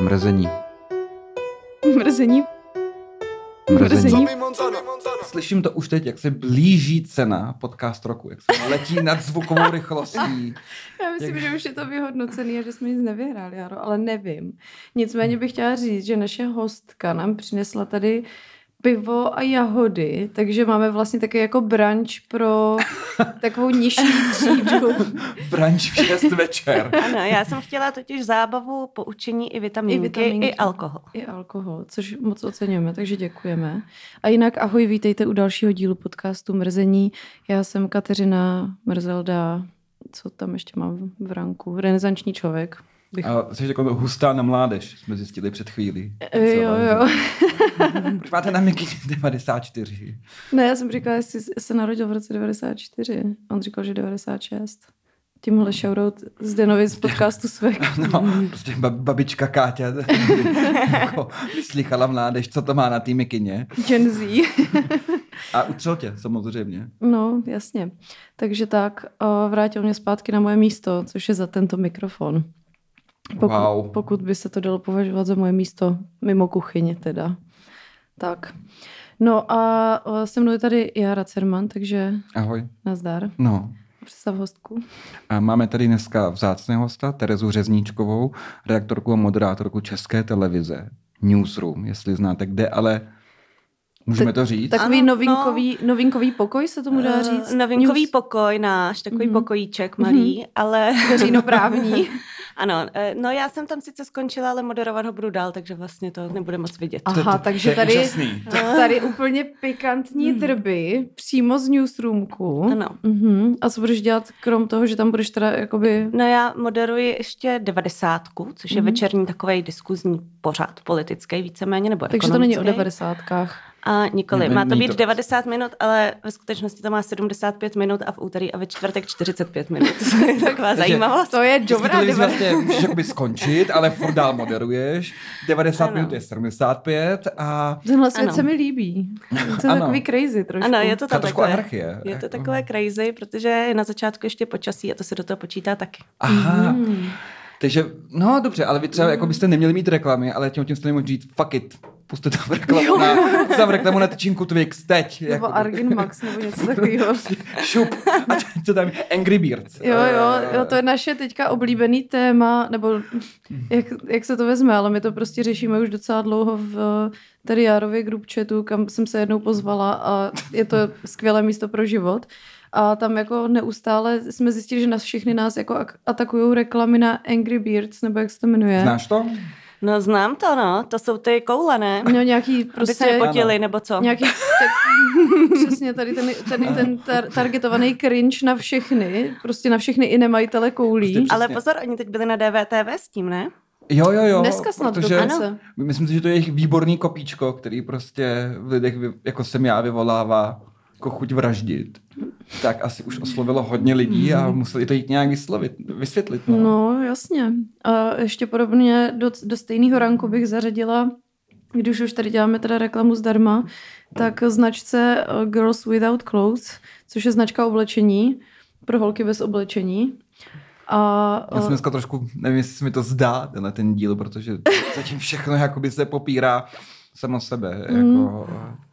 Mrzení. Mrzení. Slyším to už teď, jak se blíží cena podcast roku, jak se letí nad zvukovou rychlostí. Já myslím, že už je to vyhodnocený a že jsme nic nevyhráli, Jaro, ale nevím. Nicméně bych chtěla říct, že naše hostka nám přinesla tady pivo a jahody, takže máme vlastně taky jako brunch pro takovou nižší třídu. Brunch v 6 večer. Ano, já jsem chtěla totiž zábavu, poučení i vitamínky, i alkohol. I alkohol, což moc oceňujeme, takže děkujeme. A jinak ahoj, vítejte u dalšího dílu podcastu Mrzení. Já jsem Kateřina Mrzelda, co tam ještě mám v ranku? Renesanční člověk. A jsi jako hustá na mládež, jsme zjistili před chvílí. Jo. Proč máte na mikině 94? Ne, já jsem říkala, jestli se narodil v roce 94. On říkal, že 96. Tímhle shoutout Zdenovi z podcastu Svek. No, prostě babička Káťa jako vyslýchala mládež, co to má na té mikině. Gen Z. A utřel tě, samozřejmě. No, jasně. Takže tak, vrátil mě zpátky na moje místo, což je za tento mikrofon. Pokud by se to dalo považovat za moje místo mimo kuchyně teda. Tak. No a se mnou je tady Jara Cerman, takže ahoj. Nazdar. No. Představ hostku. A máme tady dneska vzácného hosta, Terezu Řezníčkovou, redaktorku a moderátorku České televize Newsroom, jestli znáte kde, ale můžeme to říct? Takový novinkový pokoj se tomu dá říct? Novinkový pokoj náš, takový pokojíček malý, ale... Veřejnoprávní. Ano, no já jsem tam sice skončila, ale moderovat ho budu dál, takže vlastně to nebude moc vidět. Aha, takže tady úplně pikantní drby přímo z newsroomku. Ano. A co budeš dělat, krom toho, že tam budeš teda jakoby... No já moderuji ještě 90, což je večerní takovej diskuzní pořad politický víceméně, nebo takže ekonomický. To není o 90kách. A nikoli. Má to být 90 minut, ale ve skutečnosti to má 75 minut a v úterý a ve čtvrtek 45 minut. To je taková zajímavost. To je dobrá vlastně můžeš jakoby skončit, ale furt dál moderuješ. 90 minut je 75 a... Tenhle svět se mi líbí. To je takový crazy trošku. Ano, je to tak trošku anarchie. Je to takové crazy, protože je na začátku ještě počasí a to se do toho počítá taky. Aha. Takže, no dobře, ale vy třeba jako byste neměli mít reklamy, ale tím jste nemohli říct fuck it, puste tam reklamu na tyčinku Twix, teď. Nebo jako Argin Max, nebo něco takového. Šup, a co tam Angry Birds. Jo, to je naše teďka oblíbený téma, nebo jak se to vezme, ale my to prostě řešíme už docela dlouho v tady Járově group chatu, kam jsem se jednou pozvala a je to skvělé místo pro život. A tam jako neustále jsme zjistili, že všechny nás jako atakujou reklamy na Angry Birds, nebo jak se to jmenuje. Znáš to? No znám to, no. To jsou ty koule, ne? No nějaký prostě... Aby se nepotili, nebo co? Nějaký... Přesně tady ten targetovaný cringe na všechny. Prostě na všechny i nemajitele koulí. Prostě ale pozor, oni teď byli na DVTV s tím, ne? Jo. Dneska snad dokonce. Myslím si, že to je jejich výborný kopíčko, který prostě v lidech, jako jsem já, vyvolává jako chuť vraždit. Tak asi už oslovilo hodně lidí a museli to jít nějak vysvětlit. No, jasně. A ještě podobně do stejného ranku bych zařadila, když už tady děláme teda reklamu zdarma, tak značce Girls Without Clothes, což je značka oblečení pro holky bez oblečení. Já jsem dneska trošku, nevím, jestli se mi to zdá, ten díl, protože zatím všechno jakoby se popírá samo sebe. Jako,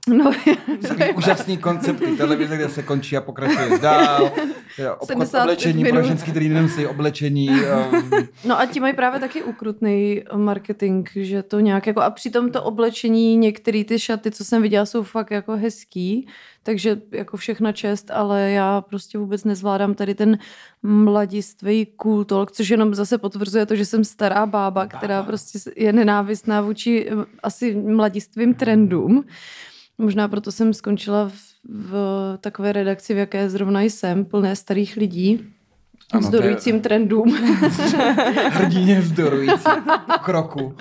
úžasný koncepty televize, kde se končí a pokračuje dál. Obchod oblečení pro ženský, který nemusí oblečení. No a ti mají právě taky ukrutný marketing, že to nějak jako, a přitom to oblečení, některé ty šaty, co jsem viděla, jsou fakt jako hezký, takže jako všechna čest, ale já prostě vůbec nezvládám tady ten mladistvý cool talk, což jenom zase potvrzuje to, že jsem stará bába, která prostě je nenávistná vůči asi mladistvým trendům. Možná proto jsem skončila v takové redakci, v jaké zrovna jsem, plné starých lidí, vzdorujícím trendům. Hrdině vzdorující pokroku.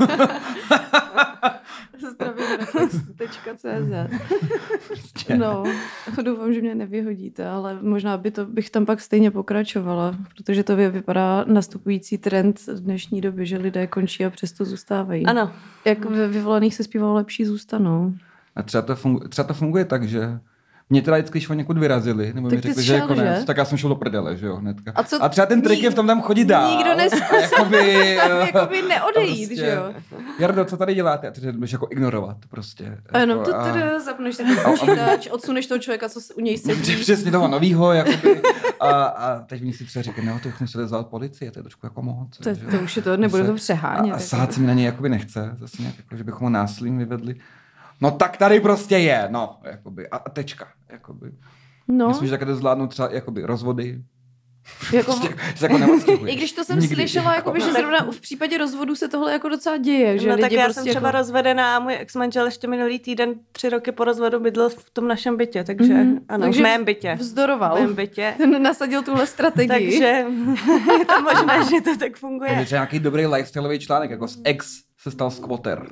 Zdravím.cz No, doufám, že mě nevyhodíte, ale možná bych tam pak stejně pokračovala, protože to vypadá nastupující trend dnešní doby, že lidé končí a přesto zůstávají. Ano. Jak ve vyvolených se zpívalo lepší zůstanou. A třeba to funguje tak, že Mě teda vždycky, když oni někud vyrazili, nebo mi řekli, že je konec, tak já jsem šel do prdele, že jo, hnedka. A třeba ten trik je v tom tam chodit dál. Nikdo neskusil jakoby neodejít, prostě, že jo. Jardo, co tady děláte? A ty budeš jako ignorovat prostě. Ano, zapneš si ten počítač, odsuneš toho člověka, co u něj sedí. Přesně toho novýho, jakoby. A teď mi si třeba říkají, no, to už museli zvát policii, to je trošku jako moc. To už je to, nebude to přehánět. A sahat si mi na něj jakoby nechce, zase nějak, jako, že bychom ho násilím vyvedli. No tak tady prostě je, no, jakoby, a tečka, jakoby. No. Myslím, že také zvládnu třeba, jakoby, rozvody. Jako, jako i když to jsem slyšela, jakoby, že zrovna v případě rozvodu se tohle jako docela děje. Že no lidi tak já prostě jsem třeba jako... rozvedená a můj ex-manžel ještě minulý týden 3 roky po rozvodu bydlel v tom našem bytě, takže ano, takže v mém bytě. Vzdoroval. V mém bytě. Nasadil tuhle strategii. Takže je to možné, že to tak funguje. Takže nějaký dobrý lifestyleový článek, jako z ex se stal squatter.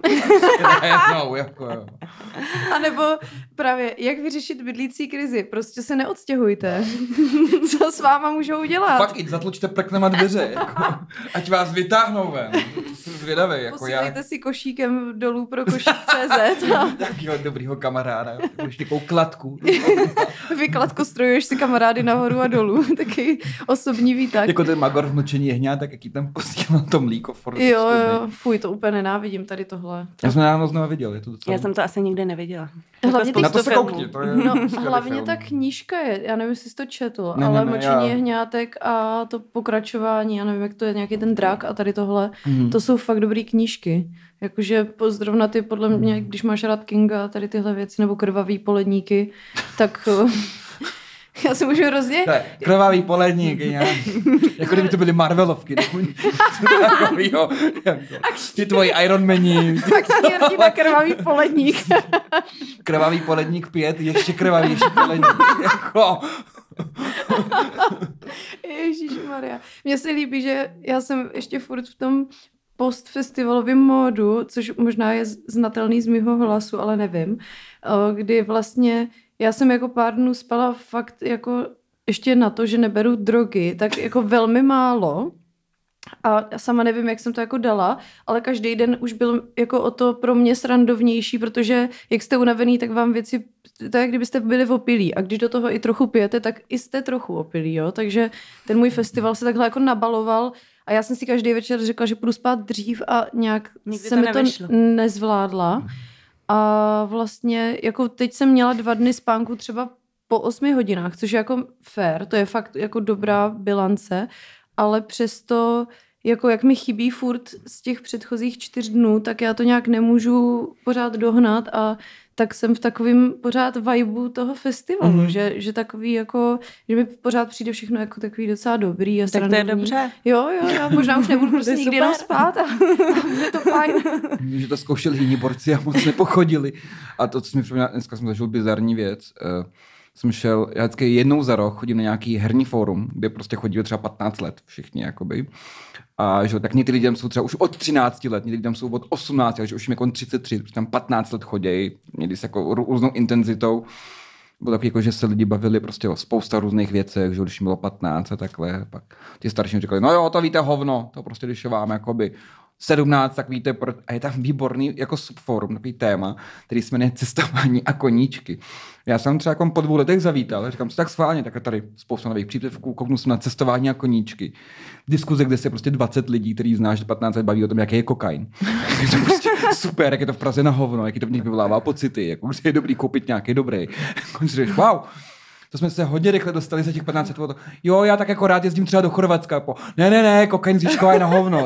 A nebo právě, jak vyřešit bydlící krizi? Prostě se neodstěhujte. Co s váma můžou udělat? Fakt, zatlučte prknema dveře, jako, ať vás vytáhnou ven. Jsem zvědavej, jako posílejte si košíkem dolů pro košík.cz. Takýho dobrýho kamaráda, už takovou kladku. Vy kladkostrojuješ si kamarády nahoru a dolů, taky osobní výtak. Jako ten Magor v Mlčení jehňátek, jaký tam posílal to mlíko. Jo, fuj, to úplně nenávidím tady tohle. Já jsem nedávno znovu viděl. Je to docela... Já jsem to asi nikdy neviděla. Hlavně na to se koukni, to je hlavně film. Ta knížka je, já nevím, jestli jsi to četl, ale Mlčení jehňátek a to pokračování, já nevím, jak to je, nějaký ten drak a tady tohle, to jsou fakt dobrý knížky. Jakože zrovna ty, podle mě, když máš rád Kinga, tady tyhle věci, nebo Krvavý poledníky, tak... Já si můžu hrozně... Krvavý poledník, jako kdyby to byly Marvelovky. Ty tvoji Iron Mani. Akční hrdina Krvavý poledník. Krvavý poledník 5, ještě krvavější poledník. Jako... Ježišmarja. Mně se líbí, že já jsem ještě furt v tom postfestivalovém módu, což možná je znatelný z mýho hlasu, ale nevím, kdy vlastně já jsem jako pár dnů spala fakt jako ještě na to, že neberu drogy, tak jako velmi málo. A já sama nevím, jak jsem to jako dala, ale každý den už byl jako o to pro mě srandovnější, protože jak jste unavený, tak vám věci, to je, kdybyste byli opilí. A když do toho i trochu pijete, tak i jste trochu opilí, jo. Takže ten můj festival se takhle jako nabaloval a já jsem si každý večer řekla, že půjdu spát dřív a nějak nikdy se mi to nezvládla. A vlastně jako teď jsem měla 2 dny spánku třeba po 8 hodinách, což je jako fair, to je fakt jako dobrá bilance, ale přesto jako jak mi chybí furt z těch předchozích 4 dnů, tak já to nějak nemůžu pořád dohnat a tak jsem v takovém pořád vibu toho festivalu, že takový jako, že mi pořád přijde všechno jako takový docela dobrý a tak to je dobře. Jo, já možná už nebudu prostě nikdy jenom spát a bude to fajn. Že to zkoušeli jiní borci a moc nepochodili. A to, co mi připomíná, dneska jsem zažil bizarní věc. Jsem šel, já vždycky jednou za rok chodím na nějaký herní fórum, kde prostě chodí třeba 15 let všichni, jakoby. A že tak někdy lidem jsou třeba už od 13 let, někdy lidem jsou od 18, takže už jim jako 33, tam 15 let chodějí, někdy s jako různou intenzitou. Bylo taky jako, že se lidi bavili prostě o spousta různých věcech, že když jim bylo 15 a takhle. Pak ti starší říkali, no jo, to víte hovno, to prostě když je vám jakoby 17, tak víte, a je tam výborný jako subforum, takový téma, který se jmenuje cestování a koníčky. Já jsem třeba jako po 2 letech zavítal, říkám si tak schválně, tak tady spousta nových příspěvků, kouknu se na cestování a koníčky. Diskuze, kde se prostě 20 lidí, který znáš, 15 let baví o tom, jaký je kokain. Je to prostě super, jak je to v Praze na hovno, jaký to v nich vyvolává pocity, jako už je dobrý koupit nějaký dobrý. Wow. To jsme se hodně rychle dostali za těch 15 let. Jo, já tak jako rád jezdím třeba do Chorvatska. Ne, kokain z Žižkova je na hovno.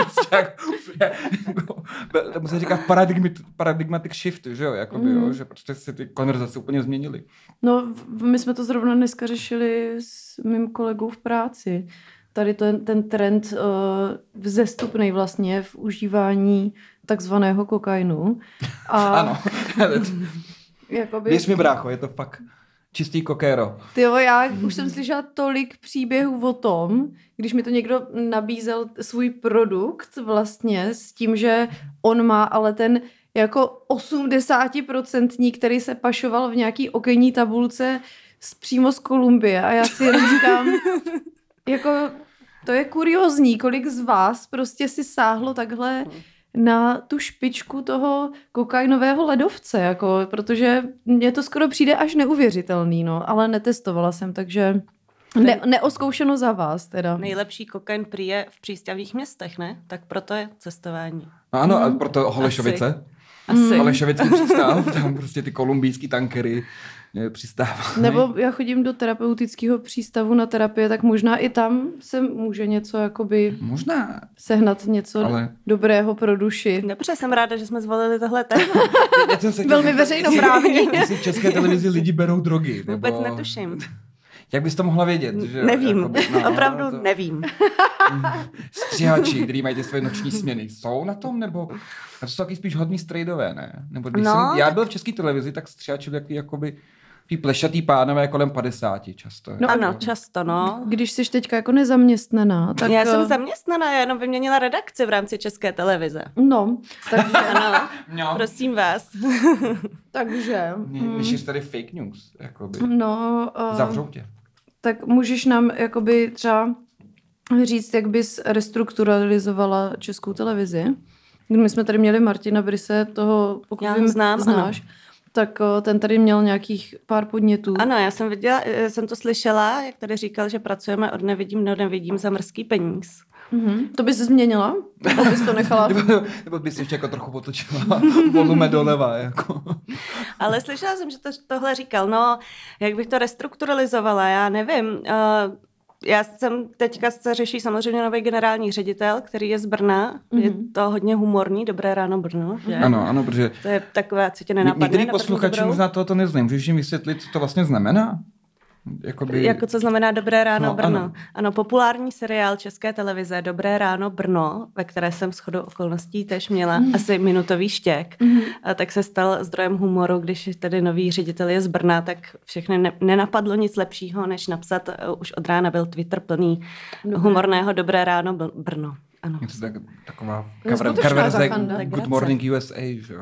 To se říká paradigmatic shift, že jo? Jakoby, jo? Že prostě se ty konverzace úplně změnily. No, my jsme to zrovna dneska řešili s mým kolegou v práci. Tady ten trend vzestupnej vlastně v užívání takzvaného kokainu. Ano. Jakoby... Věř mi, brácho, je to fakt... Čistý kokéro. Tyjo, já už jsem slyšela tolik příběhů o tom, když mi to někdo nabízel svůj produkt vlastně s tím, že on má ale ten jako 80%, který se pašoval v nějaký okenní tabulce přímo z Kolumbie a já si jen říkám, jako to je kuriózní, kolik z vás prostě si sáhlo takhle na tu špičku toho kokainového ledovce, jako, protože mně to skoro přijde až neuvěřitelný, no, ale netestovala jsem, takže neozkoušeno za vás teda. Nejlepší kokain prý je v přístavních městech, ne? Tak proto je cestování. No ano, a proto Holešovice. Asi. Holešovický přístav, tam prostě ty kolumbijský tankery přistávají. Nebo já chodím do terapeutického přístavu na terapie, tak možná i tam se může něco jakoby možná sehnat něco dobrého pro duši. Dobře, jsem ráda, že jsme zvolili tohle téma. Velmi veřejnoprávní. Jestli v České televizi lidi berou drogy. Vůbec netuším. Jak bys to mohla vědět? Že? Nevím, opravdu nevím. Střihači, kteří mají ty svoje noční směny, jsou na tom, nebo to jsou taky spíš hodný strejdové, ne? Nebo když já byl v České televizi, tak střihači byli takový jakoby plešatý pánové kolem 50 často. No, ano, často, no. Když jsi teďka jako nezaměstnaná, tak... Já jsem zaměstnaná, já jenom vyměnila redakci v rámci České televize. No, takže... ano, prosím vás. Takže... Nešiř tady fake news, jakoby. No... Zavřou tě. Tak můžeš nám jakoby třeba říct, jak bys restrukturalizovala Českou televizi? My jsme tady měli Martina Bryse, toho, pokud znáš, ano. Tak ten tady měl nějakých pár podnětů. Ano, já jsem to slyšela, jak tady říkal, že pracujeme od nevidím do nevidím za mrzký peníz. To bys změnila? Nebo bys to nechala? nebo bys ještě jako trochu otočila volume doleva. Jako. Ale slyšela jsem, že tohle říkal. No, jak bych to restrukturalizovala, já nevím. Já jsem teďka se řeší samozřejmě nový generální ředitel, který je z Brna. Je to hodně humorní, Dobré ráno Brno. Že? Ano, protože... To je takové, co tě nenapadne. Některý posluchači možná to neznají. Můžeš jim vysvětlit, co to vlastně znamená? Jako co znamená Dobré ráno Brno. Ano, populární seriál České televize Dobré ráno Brno, ve které jsem shodou okolností též měla asi minutový štěk, a tak se stal zdrojem humoru, když tady nový ředitel je z Brna, tak všechny nenapadlo nic lepšího, než napsat, už od rána byl Twitter plný humorného Dobré ráno Brno. Ano. Je to taková coververze Good Morning USA, že?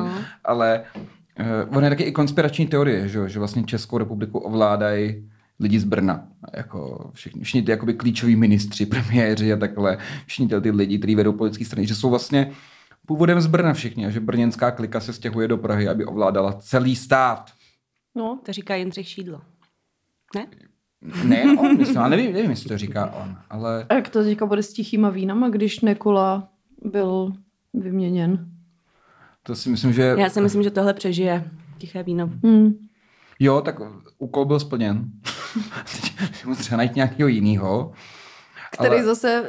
Ale ono je taky i konspirační teorie, že vlastně Českou republiku ovládají lidi z Brna. Jako všichni ty jakoby klíčoví ministři, premiéři a takhle. Všichni ty lidi, kteří vedou politické strany, že jsou vlastně původem z Brna všichni a že brněnská klika se stěhuje do Prahy, aby ovládala celý stát. No, to říká Jindřich Šídlo. Ne? Ne, on, myslím, ale nevím, jestli to říká on, ale... A jak to teďka bude s tichýma vínama, když Nekula byl vyměněn? To si myslím, že... Já si myslím, že tohle přežije tiché víno. Jo, tak úkol byl splněn. Teď musím třeba najít nějakého jinýho. Který zase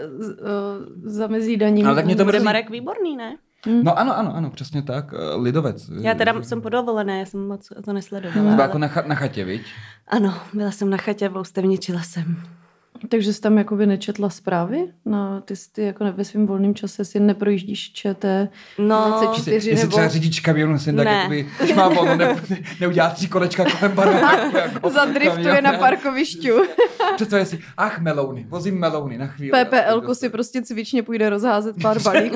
zamezí daním. Ale tak mě to bude Marek Výborný, ne? No ano, přesně tak. Lidovec. Já teda jsem podovolená, já jsem moc to nesledovala. Byla jako na chatě, viď? Ano, byla jsem na chatě, voustevničila jsem. Takže jsi tam jakoby nečetla zprávy? No, ty jako ve svým volným čase si neprojíždíš ČT 24 Jestli nebo... třeba řidič kamionu si tak jakoby, když má volno, neudělá 3 kolečka kolem baráku. Jako zadriftuje na parkovišťu. Představuje si, melouny, vozím melouny na chvíli. PPLku si prostě cvičně půjde rozházet pár balíků.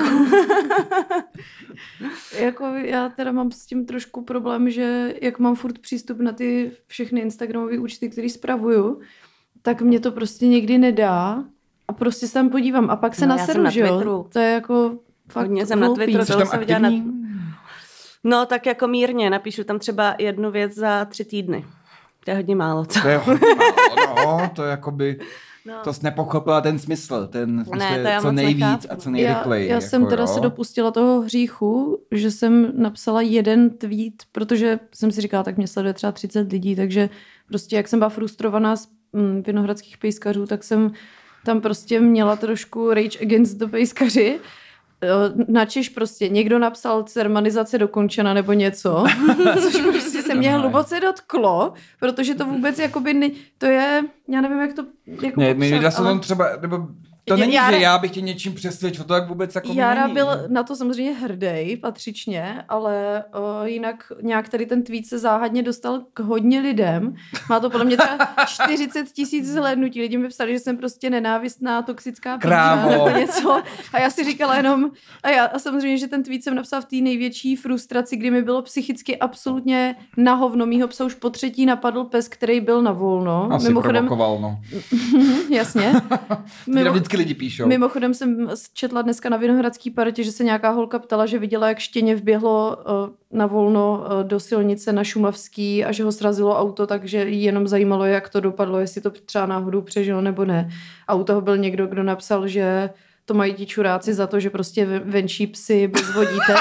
Jako já teda mám s tím trošku problém, že jak mám furt přístup na ty všechny instagramové účty, které spravuju, tak mě to prostě někdy nedá a prostě se tam podívám a pak se naseru, že jo? To je jako fakt hodně jsem hloupý. na Twitteru, to jsem viděla No tak jako mírně, napíšu tam třeba 1 věc za 3 týdny. To je hodně málo, co? To je hodně málo, no, to je jakoby... No. To jsi nepochopila ten smysl, co nejvíc nechápu. A co nejrychleji. Já jsem teda se dopustila toho hříchu, že jsem napsala 1 tweet, protože jsem si říkala, tak mě sleduje třeba 30 lidí, takže prostě jak jsem byla frustrovaná z vinohradských pejskařů, tak jsem tam prostě měla trošku rage against the pejskaři. Načež prostě někdo napsal cermanizace dokončena nebo něco, což prostě se mě hluboce dotklo, protože to vůbec jakoby to je, já nevím, jak to jako popsat, ale... třeba, nebo to není, že já bych tě něčím přesvědčil, to tak vůbec jako Jára není. byl na to samozřejmě hrdý, patřičně, ale jinak nějak tady ten tweet se záhadně dostal k hodně lidem. Má to podle mě třeba 40 000 zhlédnutí. Lidi mi psali, že jsem prostě nenávistná, toxická píča nebo něco. A já si říkala jenom, a samozřejmě, že ten tweet jsem napsala v té největší frustraci, kdy mi bylo psychicky absolutně na hovno. Mýho psa už po 3. napadl pes, který byl na volno. Asi provokoval, no. Jasně. taky lidi píšou. Mimochodem jsem četla dneska na Vinohradský partě, že se nějaká holka ptala, že viděla, jak štěně vběhlo na volno do silnice na Šumavský a že ho srazilo auto, takže jí jenom zajímalo, jak to dopadlo, jestli to třeba náhodou přežilo nebo ne. A u toho byl někdo, kdo napsal, že to mají ti čuráci za to, že prostě venčí psy bez vodítek.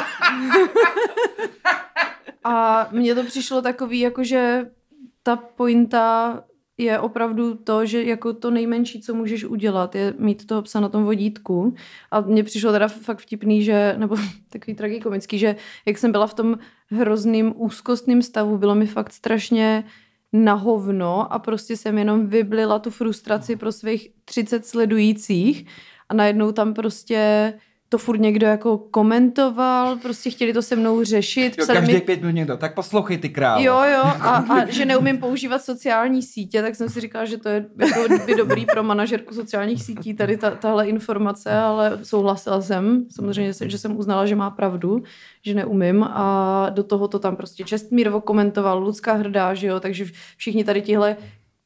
A mně to přišlo takový, jakože ta pointa je opravdu to, že jako to nejmenší, co můžeš udělat, je mít toho psa na tom vodítku. A mně přišlo teda fakt vtipný, že, nebo takový tragikomický, že jak jsem byla v tom hrozným úzkostným stavu, bylo mi fakt strašně na hovno a prostě jsem jenom vyblila tu frustraci pro svých 30 sledujících a najednou tam prostě to furt někdo jako komentoval, prostě chtěli to se mnou řešit. Jo, každý 5 minut někdo, tak poslouchej ty krávo. Jo, a že neumím používat sociální sítě, tak jsem si říkala, že to je jako by dobrý pro manažerku sociálních sítí, tady tahle informace, ale souhlasila jsem. Samozřejmě, že jsem uznala, že má pravdu, že neumím a do toho to tam prostě Čestmír komentoval, Lucka Hrdá, že jo, takže všichni tady tihle...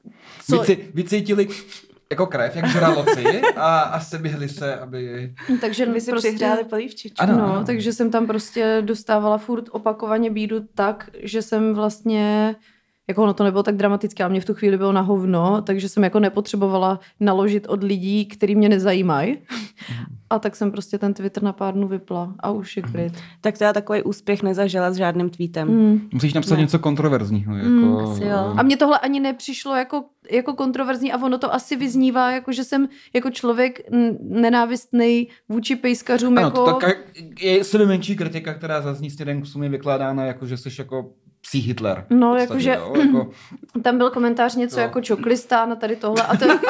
Vycítili jako krev, jak žraloci a seběhli se, aby... Takže vy si prostě přihráli polívčičku. Ano. Takže jsem tam prostě dostávala furt opakovaně bídu tak, že jsem vlastně, jako ono to nebylo tak dramatické, ale mě v tu chvíli bylo na hovno, takže jsem jako nepotřebovala naložit od lidí, který mě nezajímají. A tak jsem prostě ten Twitter na pár dnů vypla a už je klid. Tak teda takový úspěch nezažila s žádným tweetem. Musíš napsat něco kontroverzního. Jako... A mně tohle ani nepřišlo jako kontroverzní a ono to asi vyznívá, jako že jsem jako člověk nenávistnej vůči pejskařům. Ano, jako... to je sebe menší kritika, která zazní směrem k sumě vykládána, jako že jsi jako psí Hitler. No, jakože tam byl komentář něco jako čoklistán a tady tohle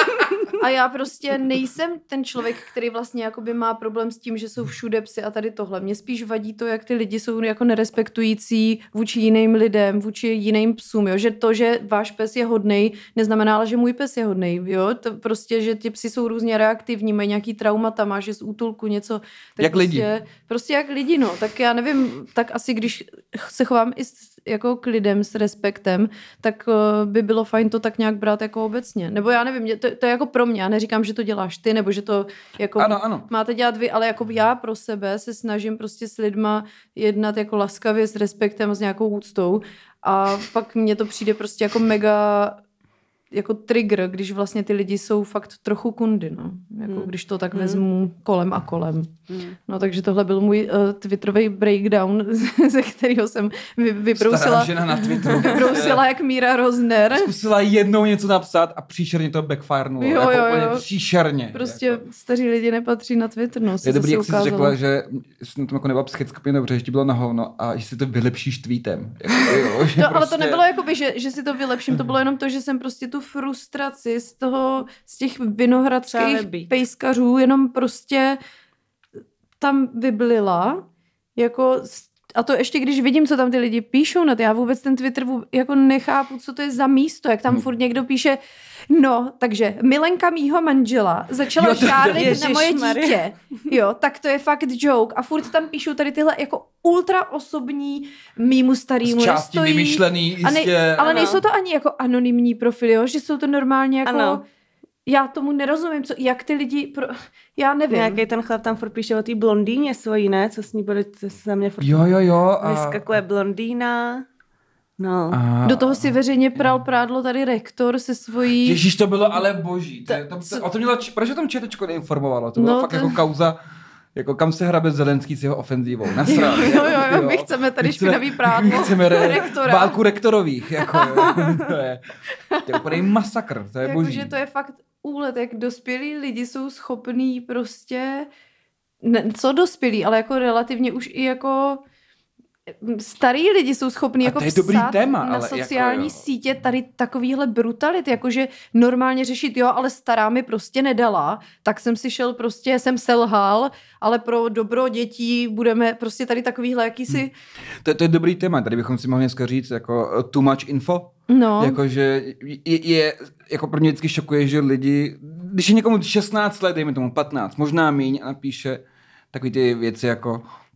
a já prostě nejsem ten člověk, který vlastně jakoby má problém s tím, že jsou všude psy a tady tohle. Mně spíš vadí to, jak ty lidi jsou jako nerespektující vůči jiným lidem, vůči jiným psům, jo? Že to, že váš pes je hodnej, neznamená, ale že můj pes je hodnej, jo? To prostě, že ti psi jsou různě reaktivní, mají nějaký traumata, máš je z útulku něco. Tak jak prostě, lidi. Prostě jak lidi, no. Tak já nevím, tak asi když se chovám i jako k lidem s respektem, tak by bylo fajn to tak nějak brát jako obecně. Nebo já nevím, to je jako pro mě. Já neříkám, že to děláš ty, nebo že to jako ano. máte dělat vy, ale jako já pro sebe se snažím prostě s lidma jednat jako laskavě, s respektem a s nějakou úctou. A pak mně to přijde prostě jako mega jako trigger, když vlastně ty lidi jsou fakt trochu kundy, no. Jako když to tak vezmu kolem a kolem. No takže tohle byl můj twitterový breakdown, ze kterého jsem vybrousila žena na Twitteru. Vybrousila jak Míra Rozner. Zkusila jednou něco napsat a příšerně to backfirenulo. Jo. Příšerně. Prostě jako. Staří lidi nepatří na Twitter, no. Je dobrý, jak jsi řekla, že jsem tam jako nebyla psychicky dobře, že ti bylo na hovno a že si to vylepšíš tweetem. Ale to nebylo jakoby, že si to vylepším, to bylo jenom to, že jsem prostě tu frustraci z těch vinohradských pejskařů jenom prostě tam vyblila, jako a to ještě když vidím, co tam ty lidi píšou, já vůbec ten Twitter jako nechápu, co to je za místo, jak tam furt někdo píše, no, takže Milenka mýho manžela začala žárlit na moje dítě, jo, tak to je fakt joke a furt tam píšou tady tyhle jako ultra osobní mýmu starýmu nestojí. Vymyšlený, jistě. Ale nejsou to ani jako anonymní profily, jo, že jsou to normálně jako... Ano. Já tomu nerozumím, jak ty lidi, já nevím. Nějaký ten chlap tam furt píše o té blondýně svojí, ne? Co s ní bude, to se mě furt vyskakuje blondýna. No. Do toho si veřejně pral prádlo tady rektor se svojí... Ježíš, to bylo ale boží. O tom měla, proč o tom četečko neinformovalo? To bylo fakt jako kauza, jako kam se hrabe Zelenský s jeho ofenzívou. Nasral. Jo, my chceme tady špinavý prádlo. Chceme válku rektorových. Jako, to je úplný masakr, to je boží. Že to je fakt úlet, jak dospělí lidi jsou schopní prostě, co dospělí, ale jako relativně už i jako starý lidi jsou schopní jako psát téma, na sociální sítě tady takovýhle brutalit, jakože normálně řešit, jo, ale stará mi prostě nedala, tak jsem si šel prostě, jsem selhal, ale pro dobro dětí budeme prostě tady takovýhle jakýsi... To je dobrý téma, tady bychom si mohli dneska říct jako too much info, no. Jakože je jako pro mě vždycky šokuje, že lidi, když je někomu 16 let, dejme tomu 15, možná míň a napíše takový ty věci jako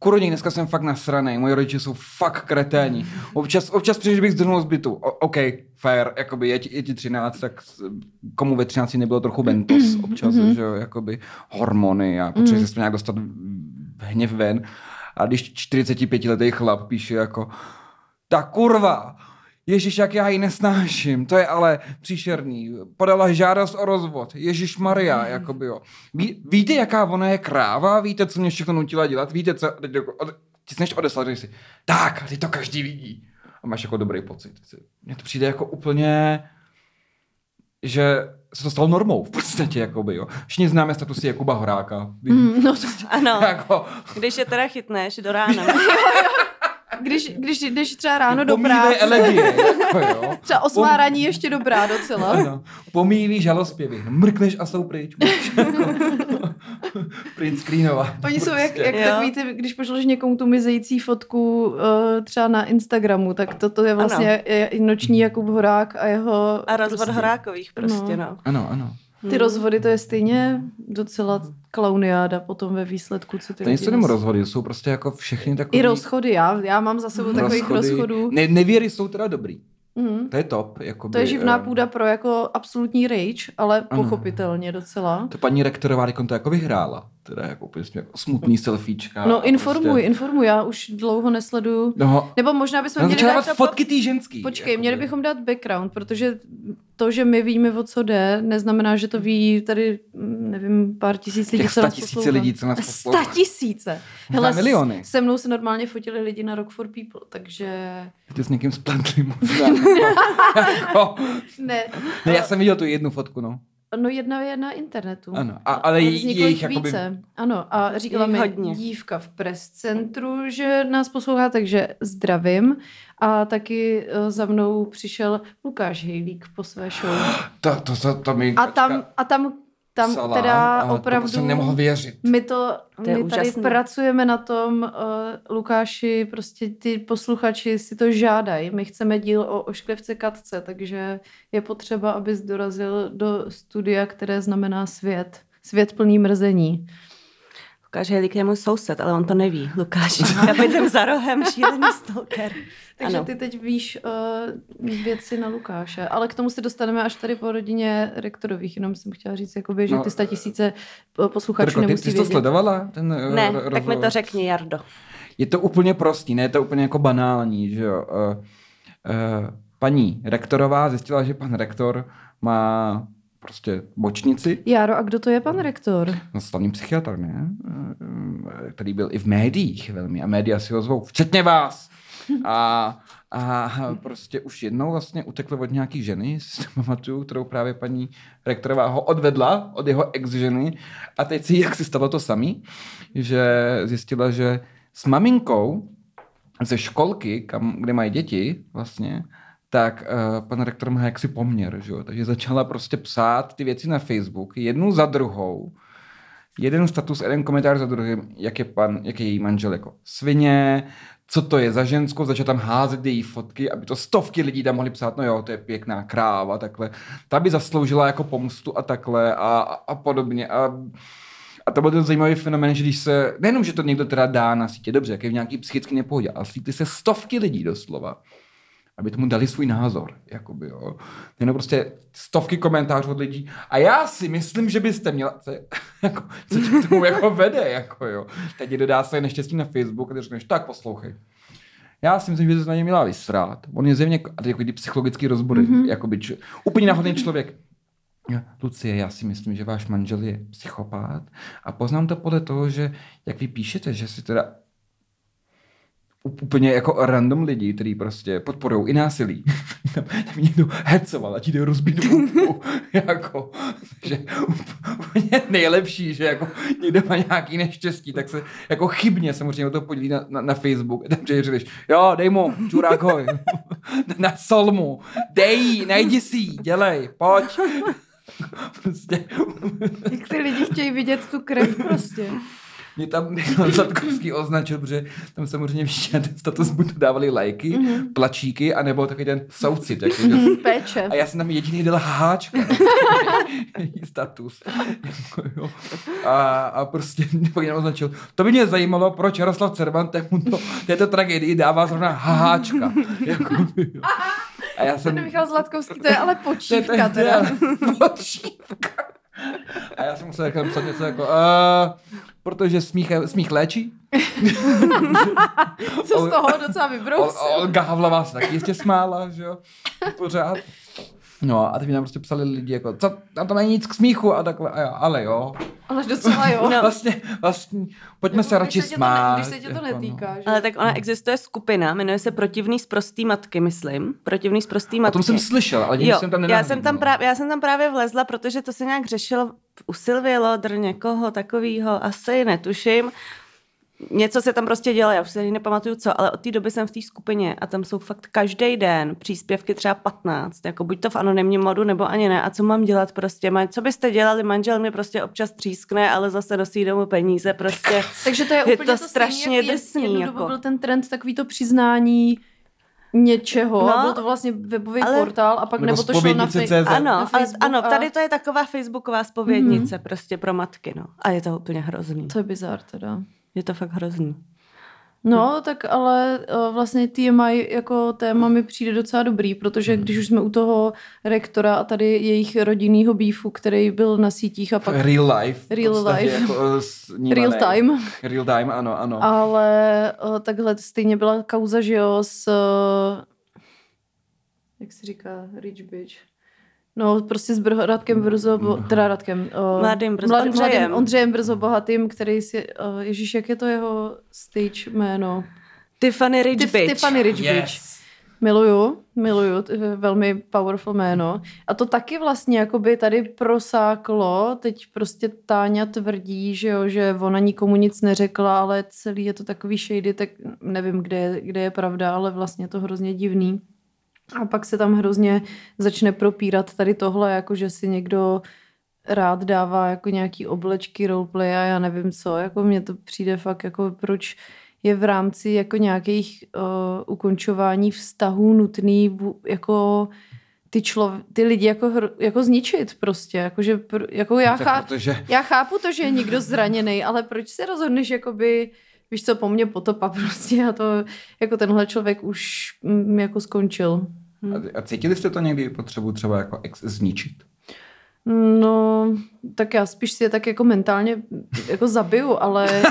Kurně, dneska jsem fakt nasranej, moji rodiče jsou fakt kreténi. Občas přijde, že bych zdrhnul z bytu. OK, fair, jakoby je ti 13, tak komu ve 13 nebylo trochu bentos občas, že jo, jakoby hormony a potřebuje se nějak dostat hněv ven. A když 45letý chlap píše jako ta kurva, Ježíš, jak já ji nesnáším, to je ale příšerný. Podala žádost o rozvod. Ježíš Maria, jakoby jo. Víte, jaká ona je kráva? Víte, co mě všechno nutila dělat? Víte, co... Ty jsi než odeslat, že jsi... Tak, ty to každý vidí. A máš jako dobrý pocit. Mně to přijde jako úplně... že se to stalo normou v podstatě, jakoby, jo. Všichni známe statusy Jakuba Horáka. No to, ano, jako... když je teda chytneš do rána. Když jdeš třeba ráno do práce. Elegie, jako, jo. Třeba 8 raní ještě dobrá docela. Ano. Pomíjí žalospěvy. Mrkneš a jsou pryč. Jako, print screenovat. Oni jsou jak takový ty, když pošleš někomu tu mizející fotku třeba na Instagramu, tak to je vlastně noční Jakub Horák a jeho... A rozvod prostě. Horákových prostě, no. Ano. Ty rozvody, to je stejně docela klauniáda potom ve výsledku, co ty lidi. To nejsou rozvody, jsou prostě jako všechny takový... I rozchody, já mám za sebou takových rozchodů. Nevěry jsou teda dobrý. To je top. Jakoby, to je živná půda pro jako absolutní rage, ale pochopitelně docela. To paní rektorová to jako vyhrála. Teda jako smutný selfiečka. No informuj, já už dlouho nesleduju. No, nebo možná bychom měli dát fotky tý ženský. Počkej, měli bychom dát background, protože to, že my víme, o co jde, neznamená, že to ví tady, nevím, pár tisíc lidí, co nás poslouchá. Lidí, co nás poslouchá. 100 000. Hele, miliony. Se mnou se normálně fotili lidi na Rock for People, takže... Ty s někým splantli možná. Ne, já jsem viděl tu jednu fotku, no. No jedna je na internetu. Ano, ale jejich jakoby... více. Ano, a říkala mi dívka v Press Centru, že nás poslouchá, takže zdravím. A taky za mnou přišel Lukáš Hejlík po své show. To mi... A tam psala, teda opravdu... To jsem nemohl věřit. My tady pracujeme na tom, Lukáši, prostě ty posluchači si to žádají. My chceme díl o ošklivce Katce, takže je potřeba, abys dorazil do studia, které znamená svět. Svět plný mrzení. Lukáš Hejlík je můj soused, ale on to neví. Lukáš, já bydlím za rohem, šílený stalker. Takže ty teď víš věci na Lukáše, ale k tomu se dostaneme až tady po rodině rektorových, jenom jsem chtěla říct, jakoby, že ty 100 000 posluchačů nemusí vědět. Ty jsi to sledovala? Ne, tak mi to řekni, Jardo. Je to úplně prostý, ne je to úplně jako banální, že jo. Paní rektorová zjistila, že pan rektor má prostě bočnici. Járo, a kdo to je pan rektor? No, slavný psychiatr, ne? Který byl i v médiích velmi a média si ho zvou, včetně vás. A prostě už jednou vlastně utekl od nějaký ženy, si to pamatuju, kterou právě paní rektorová ho odvedla od jeho ex-ženy a teď si jak si stalo to samý, že zjistila, že s maminkou ze školky, kde mají děti vlastně, tak pan rektor má jaksi poměr, že jo? Takže začala prostě psát ty věci na Facebook, jednu za druhou, jeden status, jeden komentář za druhým, jak je její manžel jako svině, co to je za ženskou, začala tam házet její fotky, aby to stovky lidí tam mohli psát, no jo, to je pěkná kráva, takhle. Ta by zasloužila jako pomstu a takhle a podobně. A to byl ten zajímavý fenomén, že když se, nejenom, že to někdo teda dá na sítě, dobře, jak je v nějaký psychický nepohodě, ale slíkli se stovky lidí doslova, aby tomu dali svůj názor, jakoby, jo. Jenom prostě stovky komentářů od lidí. A já si myslím, že byste měla, co tě k tomu jako vede, jako jo. Teď dodá se neštěstí na Facebook a ty řekneš, tak poslouchej. Já si myslím, že jsi na něj měla vysrát. On je zjevně, a teď jako ty psychologický rozbory, jakoby, úplně náhodný člověk. Lucie, já si myslím, že váš manžel je psychopát a poznám to podle toho, že jak vy píšete, že si teda úplně jako random lidi, kteří prostě podporují i násilí. Tam někdo hecoval a ti jde rozbít ruku. Jako, že úplně nejlepší, že jako někdo má nějaký neštěstí, tak se jako chybně samozřejmě o to podělí na Facebook. Tam říkáš, jo, dej mu, čurák hoj, na solmu, dej, najdi si jí, dělej, pojď. Prostě. Jak ty lidi chtějí vidět tu krev prostě. mě tam Zlatkovský označil, protože tam samozřejmě všichni ten status buď dávali lajky, plačíky, anebo takový ten soucit. Jako, péče. A já jsem tam jediný dal háčka. Status. A prostě mě označil. To by mě zajímalo, proč Jaroslav Cervantes mu této tragédii dává zrovna háčka. Jako, a já jsem... Michal Zlatkovský, to je ale počívka teda. Počívka. A já jsem musel napsat něco jako, protože smích léčí. Co z toho docela vybrousil. Olga Havlová se taky jistě smála, že jo, pořád. No a teď mi nám prostě psali lidi jako, co, tam to není nic k smíchu a takhle, a já, ale jo. Ale docela jo. No. Vlastně, pojďme se radši smát. Když se tě to netýká, že? Ale tak ona existuje skupina, jmenuje se Protivný sprostý matky, myslím. Protivný sprostý matky. O tom jsem slyšel, ale jsem tam nenahlídl. Já jsem tam právě vlezla, protože to se nějak řešilo u Sylvie Lodr, někoho takového, asi netuším. Něco se tam prostě dělo, já už se ani nepamatuju co, ale od té doby jsem v té skupině a tam jsou fakt každý den příspěvky třeba 15, jako buď to v anonymním modu, nebo ani ne. A co mám dělat prostě? Co byste dělali? Manžel mě prostě občas třískne, ale zase nosí domů peníze prostě. Takže to je úplně to strašně drsný. Jako. Byl ten trend takový to přiznání něčeho, no, byl to vlastně webový portál a pak nebo to šlo na Facebook. Ano, tady to je taková facebooková zpovědnice prostě pro matky, no. A je to úplně hrozný. To je bizár teda. Je to fakt hrozný. No, tak ale vlastně TMI jako téma mi přijde docela dobrý, protože když už jsme u toho rektora a tady jejich rodinného beefu, který byl na sítích a pak... Real life. Jako real time. Real time, ano. Ale takhle stejně byla kauza, že jo, s... jak se říká? Rich bitch. No, prostě s Radkem Ondřejem Brzobohatým, který si, ježíš, jak je to jeho stage jméno? Tiffany Rich Bitch. Miluju, to je velmi powerful jméno. A to taky vlastně jakoby tady prosáklo, teď prostě Táňa tvrdí, že jo, že ona nikomu nic neřekla, ale celý je to takový shady, tak nevím, kde je pravda, ale vlastně je to hrozně divný. A pak se tam hrozně začne propírat tady tohle, jako že si někdo rád dává jako nějaký oblečky, roleplay a já nevím co, jako mně to přijde fakt, jako proč je v rámci jako nějakých ukončování vztahů nutný jako ty lidi jako zničit prostě, jakože, jako já chápu to, že je někdo zraněný, ale proč se rozhodneš jakoby, víš co, po mně potopa prostě a to jako tenhle člověk už jako skončil. A cítili jste to někdy potřebu třeba jako zničit? No, tak já spíš si je tak jako mentálně jako zabiju, ale...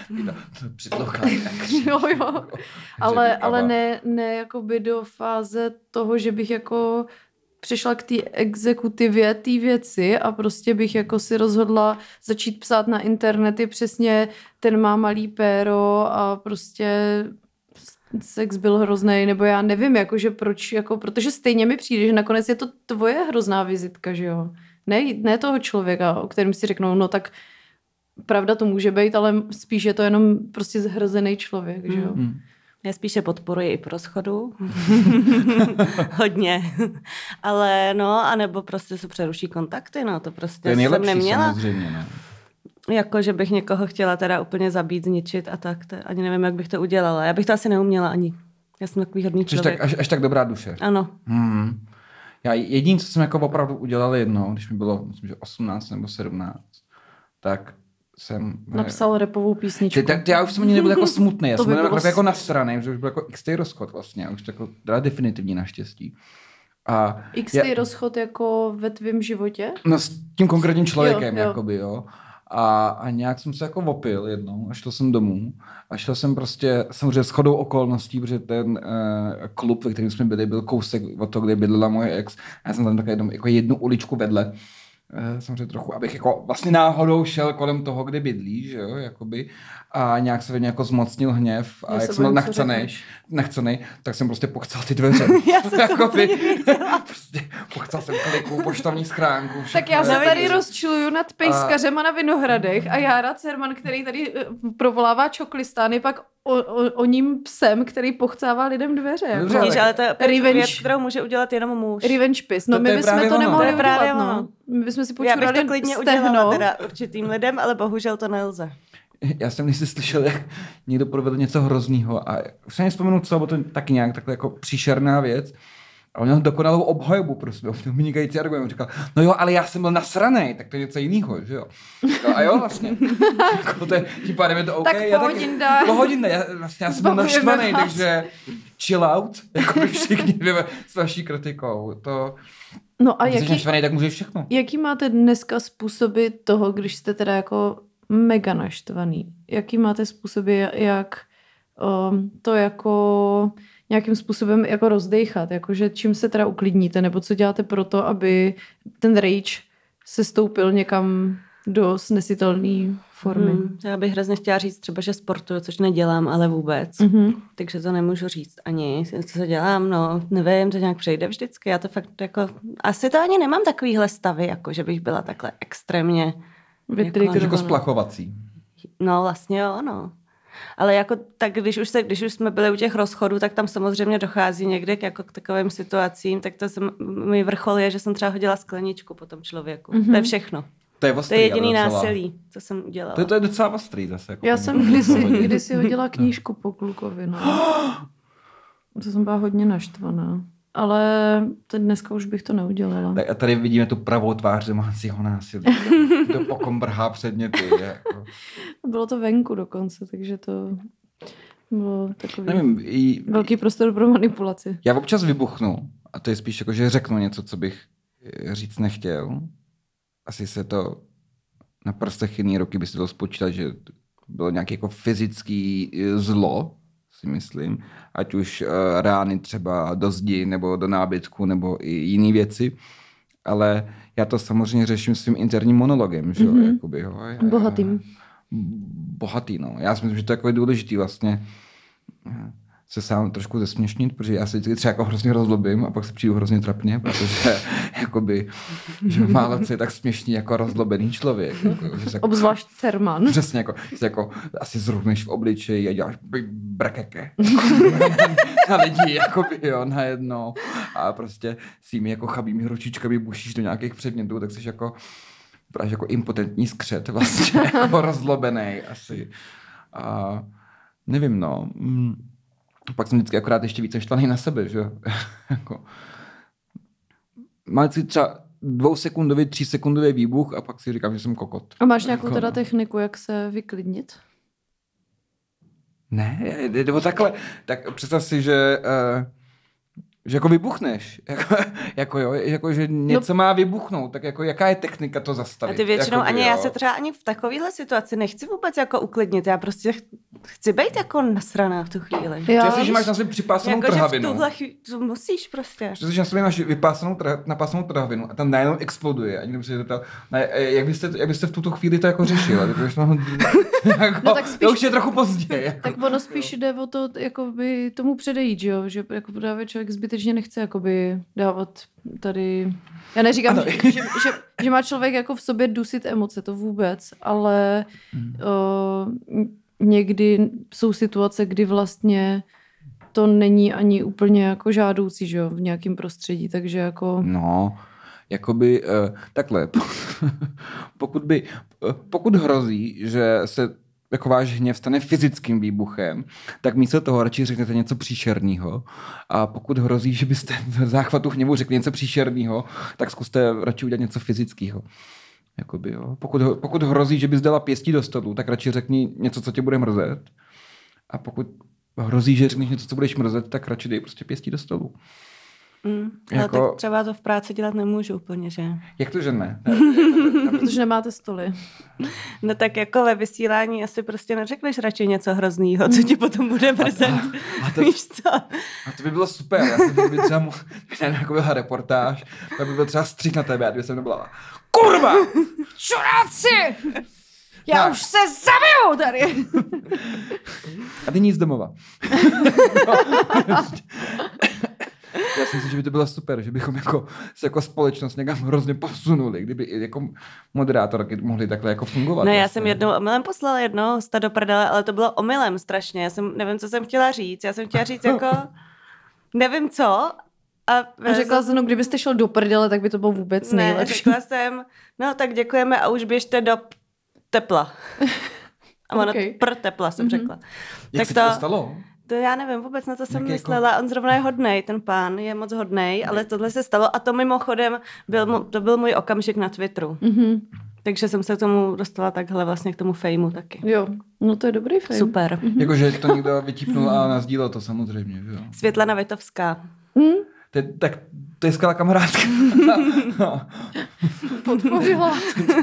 jo. Ale ne jakoby do fáze toho, že bych jako přišla k té exekutivě té věci a prostě bych jako si rozhodla začít psát na internety přesně ten má malý péro a prostě sex byl hroznej, nebo já nevím, jakože proč, jako, protože stejně mi přijde, že nakonec je to tvoje hrozná vizitka, že jo. Ne toho člověka, o kterém si řeknou, no tak pravda to může být, ale spíš je to jenom prostě zhrzený člověk, že jo. Já spíše podporuji i pro schodu. Hodně. Ale no, anebo prostě se přeruší kontakty, no, to prostě to je nejlepší, jsem neměla. Samozřejmě, ne? Jako, že bych někoho chtěla teda úplně zabít, zničit a tak, ani nevím, jak bych to udělala. Já bych to asi neuměla ani. Já jsem takový hodný člověk. Tak, až tak dobrá duše. Ano. Já jediné, co jsem jako opravdu udělal jednou, když mi bylo, myslím, že 18 nebo 17, tak jsem... Napsal rapovou písničku. Já už jsem ani nebyl jako smutný, já jsem byl jako nasraný, že už byl jako XT rozchod vlastně, už jako definitivní naštěstí. A XT rozchod jako ve tvém životě? No s tím konkrétním člověkem, jakoby, jo. A nějak jsem se jako opil jednou a šel jsem domů a šel jsem prostě samozřejmě shodou okolností, protože ten klub, ve kterém jsme byli, byl kousek od toho, kde bydlela moje ex. A já jsem tam takový jako jednu uličku vedle. Samozřejmě trochu, abych jako vlastně náhodou šel kolem toho, kde bydlí, že jo, jakoby. A nějak se ve mně jako zmocnil hněv a jak jsem byl nachcenej, tak jsem prostě pochcel ty dveře. Já jsem to prostě pochcel jsem kliku, poštovní schránku. Všechno. Tak já se tady rozčiluju nad pejskařema na Vinohradech a Jára Cerman, který tady provolává čoklistány, pak o ním psem, který pochcává lidem dveře. Jako. Víš, ale to je věc, kterou může udělat jenom muž. Revenge piss. No my bychom to nemohli udělat, no. My bychom si počurali já bych to klidně udělala teda určitým lidem, ale bohužel to nelze. já jsem když slyšel, jak někdo provedl něco hroznýho a už jsem nevzpomenu co, bo to taky nějak takhle jako příšerná věc. A on měl dokonalou obhajobu, prostě, měl vynikající argument. Říkal, no jo, ale já jsem byl nasranej, tak to je něco jiného, že jo. Říkal, a jo, vlastně. Jako to je, tím pádem je to OK. Tak pohodinda. Já jsem byl naštvanej, takže chill out, jako by všichni s vaší kritikou. To, no a když jsi naštvanej, tak můžeš všechno. Jaký máte dneska způsoby toho, když jste teda jako mega naštvaný? Jaký máte způsoby, jak to jako nějakým způsobem jako rozdejchat, jakože čím se teda uklidníte, nebo co děláte pro to, aby ten rage se stoupil někam do snesitelné formy. Já bych hrozně chtěla říct třeba, že sportuju, což nedělám, ale vůbec. Takže to nemůžu říct ani, co dělám, no nevím, to nějak přejde vždycky. Já to fakt jako, asi to ani nemám takovýhle stavy, jako že bych byla takhle extrémně jako splachovací. No vlastně jo, no. Ale jako tak, když už jsme byli u těch rozchodů, tak tam samozřejmě dochází někdy jako k takovým situacím, tak můj vrchol je, že jsem třeba hodila skleničku po tom člověku. To je všechno. To je ostrý, to je jediný násilí, co jsem udělala. To je docela ostrý zase. Jako já jsem kdysi hodila knížku po klukovi, no. To jsem byla hodně naštvaná. Ale dneska už bych to neudělala. A tady vidíme tu pravou tvář domácího násilí. To pokom brhá předměty. Jako. Bylo to venku dokonce, takže to bylo takový velký prostor pro manipulaci. Já občas vybuchnu a to je spíš jako, že řeknu něco, co bych říct nechtěl. Asi se to na prstech jedné ruky by se dalo spočítat, že bylo nějaké jako fyzický zlo, si myslím, ať už rány třeba do zdi nebo do nábytku nebo i jiné věci, ale já to samozřejmě řeším svým interním monologem, že jakoby, jo. Bohatý, no. Já si myslím, že to je jako důležitý vlastně se sám trošku zesměšnit, protože já se vždycky třeba jako hrozně rozlobím a pak se přijdu hrozně trapně, protože jakoby, že málo co je tak směšný jako rozlobený člověk. Jako, že se, obzvlášť Cerman. Přesně, jako asi zrovneš v obličeji a děláš brakeke. Na lidi, jakoby, jo, najednou. A prostě s těmi jako chabými ručičkami bušíš do nějakých předmětů, tak jsi jako právě jako impotentní skřet vlastně, jako rozlobenej asi. A nevím, no. Pak jsem vždycky akorát ještě více štvaný na sebe, že jako. Mám si třeba 2sekundový, 3sekundový výbuch a pak si říkám, že jsem kokot. A máš nějakou teda techniku, jak se vyklidnit? Ne, nebo takhle. Tak představ si, že jako vybuchneš. Jako, že něco má vybuchnout. Tak jako jaká je technika to zastavit? A ty většinou já se třeba ani v takovéhle situaci nechci vůbec jako uklidnit. Já prostě chci být jako nasraná v tu chvíli. Přesně, že máš na sobě připásanou trhavinu. Že v tuhle to musíš prostě. Přesně, že na sobě máš napásanou trhavinu a tam najednou exploduje. A někdo se zeptal, jak byste v tuto chvíli to jako řešil? No tak spíš, to už je trochu pozdě. Jako. Tak ono spíš jde o to, jakoby tomu předejít, že jo? Že jako právě člověk zbytečně nechce jakoby dávat tady... Já neříkám, že má člověk jako v sobě dusit emoce, to vůbec, ale někdy jsou situace, kdy vlastně to není ani úplně jako žádoucí, že jo, v nějakém prostředí, takže jako... No, jakoby takhle, pokud hrozí, že se jako váš hněv stane fyzickým výbuchem, tak místo toho radši řeknete něco příšerného. A pokud hrozí, že byste v záchvatu hněvu řekli něco příšerného, tak zkuste radši udělat něco fyzického. Jakoby, jo. Pokud hrozí, že bys dala pěstí do stolu, tak radši řekni něco, co tě bude mrzet. A pokud hrozí, že řekneš něco, co budeš mrzet, tak radši dej prostě pěstí do stolu. Ale jako... tak třeba to v práci dělat nemůžu úplně, že? Jak to, že ne? Protože nemáte stoly. No tak jako ve vysílání asi prostě neřekneš radši něco hroznýho, co ti potom bude mrzet. Víš co? A to by bylo super. Já jsem by třeba jako byla reportáž, tak by byl třeba střih na tebe, a kdyby jsem nebyla kurva! Čuráci! Já tak. Už se zabiju tady! A ty nic domova. Já si myslím, že by to bylo super, že bychom jako společnost někam hrozně posunuli, kdyby i jako moderátorky mohly takhle jako fungovat. No já jsem jednou omylem poslala jednoho hosta do prdele, ale to bylo omylem strašně. Já jsem nevím, co jsem chtěla říct. Já jsem chtěla říct jako nevím co. A řekla jsem, no kdybyste šel do prdele, tak by to bylo vůbec nejlepší. Ne, řekla jsem, no tak děkujeme a už běžte do tepla. A ona tepla, jsem řekla. Jak se to stalo? To já nevím, vůbec na to jsem myslela. On zrovna je hodnej, ten pán je moc hodnej, ale tohle se stalo a to mimochodem byl můj okamžik na Twitteru. Takže jsem se k tomu dostala takhle vlastně k tomu fejmu taky. Jo, no to je dobrý fame. Super. Jakože to někdo vytípnul a nazdílel to samozřejmě, že jo. Světlana Vitovská. Tak to je skvělá kamarádka. Podpořila.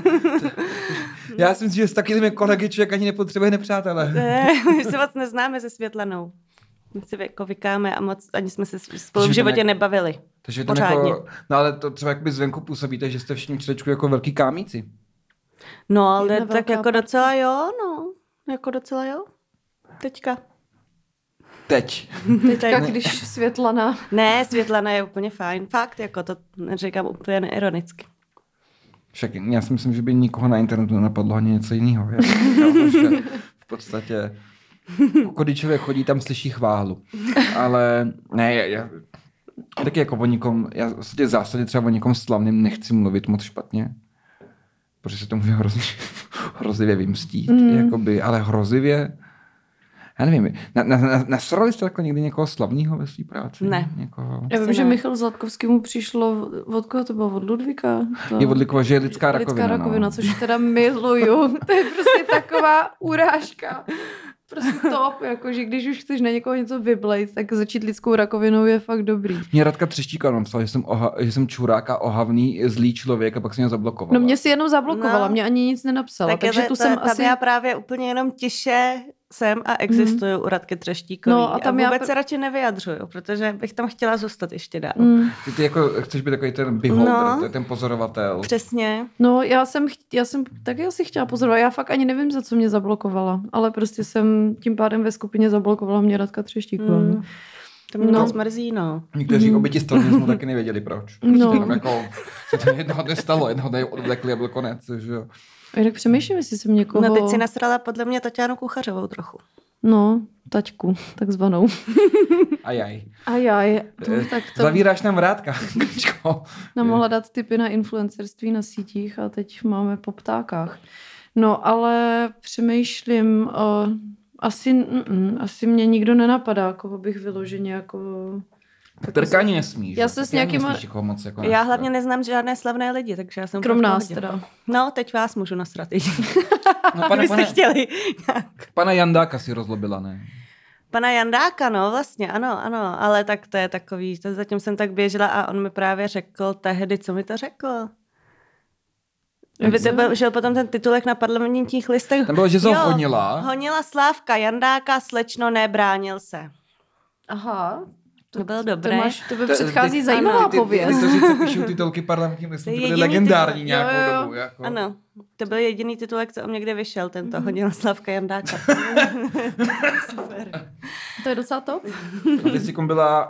Já si myslím, že s takovými kolegy člověk ani nepotřebuje nepřátele. Ne, my se moc neznáme se Světlanou. My si jako vykáme a moc ani jsme se spolu v životě nebavili. Takže tam jako, no ale to třeba jakoby zvenku působíte, že jste všichni čtečku jako velký kámíci. No ale tak jako docela jo, no. Jako docela jo. Teďka, když Světlana... Ne, Světlana je úplně fajn. Fakt, jako to neříkám úplně neironicky. Však já si myslím, že by nikoho na internetu nenapadlo ani něco jiného. V podstatě, když člověk chodí, tam slyší chválu. Ale ne, já taky jako o nikom, já v zásadě třeba o nikom slavným nechci mluvit moc špatně. Protože se to může hrozivě vymstít. Jakoby, ale hrozivě. Já nevím, nasrali jste takhle někdy někoho slavného ve své práci? Ne. Někoho? Já vím, že Michal Zlatkovský mu přišlo, od koho to bylo? Od Ludvíka? Je od Ludvíka, že je lidská rakovina. Lidská rakovina, což teda miluju. To je prostě taková urážka. Prostě top, jakože když už chceš na někoho něco vyblejt, tak začít lidskou rakovinou je fakt dobrý. Mě Radka Třeštíka napsala, že jsem čurák a ohavný, zlý člověk a pak jsem mě zablokovala. No mě si jenom zablokovala, mě ani nic nenapsala. Tak takže tu jsem asi... já právě úplně jenom tiše jsem a existuju u Radky Třeštíkový. No, a tam vůbec se radši nevyjadřuju, protože bych tam chtěla zůstat ještě dál. Ty jako chceš být takový ten beholder, ten pozorovatel. Přesně. No já jsem taky asi chtěla pozorovat. Já fakt ani nevím, za co mě zablokovala, ale prostě jsem tím pádem ve skupině zablokovala mě Radka Třeštíková. To mě moc mrzí, no. Někteří oběti stalinismu taky nevěděli proč. Prostě jenom jako se to jednoho dne stalo, jednoho dne odvlekli a byl konec, že jo. A jinak přemýšlím, jestli jsem někoho... No teď si nasrala podle mě Taťánu Kuchařovou trochu. No, taťku, takzvanou. Ajaj. Tak to... Zavíráš nám vrátka. Nám mohla dát tipy na influencerství na sítích a teď máme po ptákách. No, ale přemýšlím... Asi mě nikdo nenapadá, koho bych vyloženě jako... Trkání nesmíš. Já se s nějakýma... Jako já hlavně neznám žádné slavné lidi, takže já jsem... Krom nás teda. No, teď vás můžu nasrat. No, pane, chtěli. Pana Jandáka si rozlobila, ne? Pana Jandáka, no vlastně, ano, ale tak to je takový, to zatím jsem tak běžela a on mi právě řekl tehdy, co mi to řekl. Žil potom ten titulek na Parlamentních listech. Tam bylo, že se honila. Honila Slávka Jandáka, slečno, nebránil se. Aha. To byl dobré. To by předchází zajímavá pověst. Ty to píšou titulky Parlamentním listů, to byly legendární nějakou dobu. Jako. Ano, to byl jediný titulek, co o mě kde vyšel, tento Honila Slávka Jandáka. Super. To je docela top. A ty jsi byla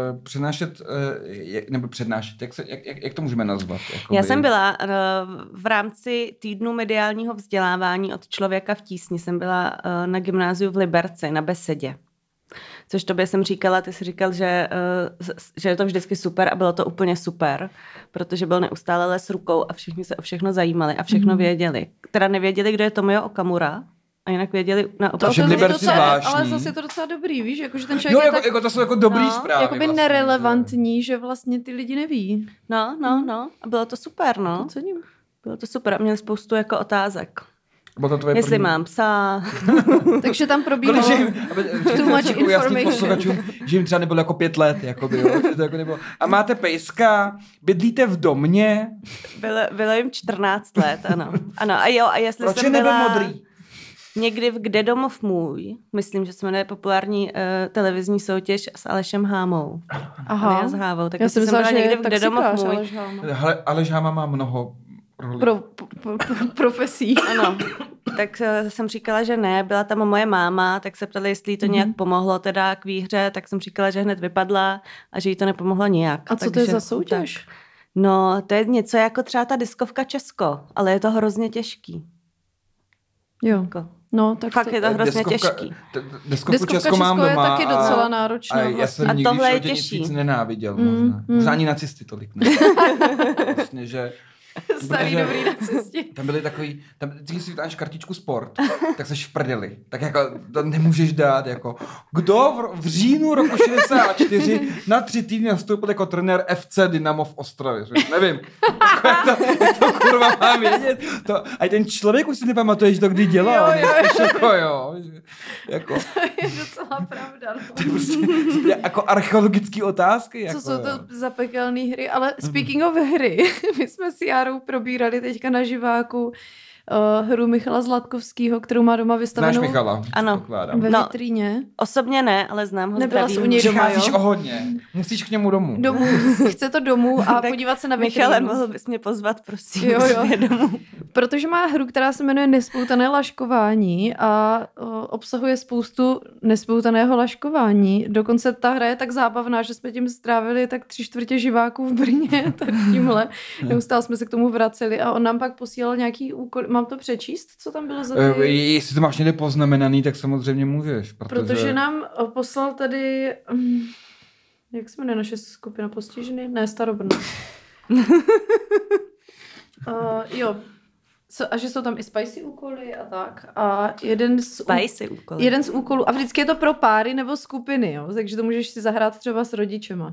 přednášet, jak to můžeme nazvat? Jakoby? Já jsem byla v rámci týdnu mediálního vzdělávání od Člověka v tísni, jsem byla na gymnáziu v Liberci, na besedě. Což tobě jsem říkala, ty jsi říkal, že je to vždycky super a bylo to úplně super, protože byl neustále les rukou a všichni se o všechno zajímali a všechno věděli. Teda nevěděli, kdo je Tomio Okamura, a jinak věděli naopak. Ale zase je to docela dobrý, víš, jakože ten člověk je tak... jako to jsou jako dobrý zprávy. Jakoby vlastně, nerelevantní, že vlastně ty lidi neví. No. A bylo to super, no. To cením. Bylo to super a měli spoustu jako otázek. Jestli mám psa. Takže tam probíhalo too much information. Že jim třeba nebylo jako 5 let. Jakoby, jo? To jako nebylo. A máte pejska? Bydlíte v domě? Bylo jim 14 let, ano. A jo, a jestli proč jsem nebyl byla modrý? Někdy v Kde domov můj, myslím, že se jmenuje populární televizní soutěž s Alešem Hámou. Aha. S Hávou. Tak já jsem byla někdy v Kde domov můj. Aleš Háma má mnoho profesí. Ano. Tak jsem říkala, že ne, byla tam moje máma, tak se ptali, jestli jí to nějak pomohlo teda k výhře, tak jsem říkala, že hned vypadla a že jí to nepomohlo nijak. A co to je za soutěž? Tak. No, to je něco jako třeba ta diskovka Česko, ale je to hrozně těžký. Jo. Jako. No, tak fakt je to hrozně těžký. Diskovku Česko mám doma. Je taky docela náročná. Já jsem nikdy v životě nic víc nenáviděl. Možná ani nacisty tolik ne. Vlastně, že Starý dobrý na cestě. Tam byly takový, když si vytáhneš kartičku sport, tak seš v prdeli. Tak jako to nemůžeš dát, jako kdo v říjnu roku 64 na 3 týdny nastoupil jako trenér FC Dynamo v Ostravě. Nevím, jak to kurva mám vědět. A ten člověk už si nepamatuje, že to kdy dělal. Jo. Jako, to je docela pravda. No. To je prostě jako archeologické otázky. Co jako, jsou to za pekelné hry? Ale speaking of hry, my jsme s Járou probírali teďka na živáku hru Michala Zlatkovského, kterou má doma vystavenou. Znáš Michala? Ano. Ve vitríně. Osobně ne, ale znám ho. Nebyla jsi u něj doma, přicházíš o hodně. Musíš k němu domů. Chce to domů a podívat se na vitrínu. Michale, mohl bys mě pozvat, prosím, jo. domů. Protože má hru, která se jmenuje Nespoutané laškování a obsahuje spoustu nespoutaného laškování. Dokonce ta hra je tak zábavná, že jsme tím strávili tak 3/4 živáků v Brně, tak tímhle. Neustále jsme se k tomu vraceli a on nám pak posílal nějaký úkol. Mám to přečíst, co tam bylo za ty... Jestli to máš někde poznamenaný, tak samozřejmě můžeš. Protože nám poslal tady... Jak se jmenuje naše skupina postižený? Ne, Starobrno. Jo. A že jsou tam i spicy úkoly a tak. A jeden z úkolů. A vždycky je to pro páry nebo skupiny, jo? Takže to můžeš si zahrát třeba s rodičema.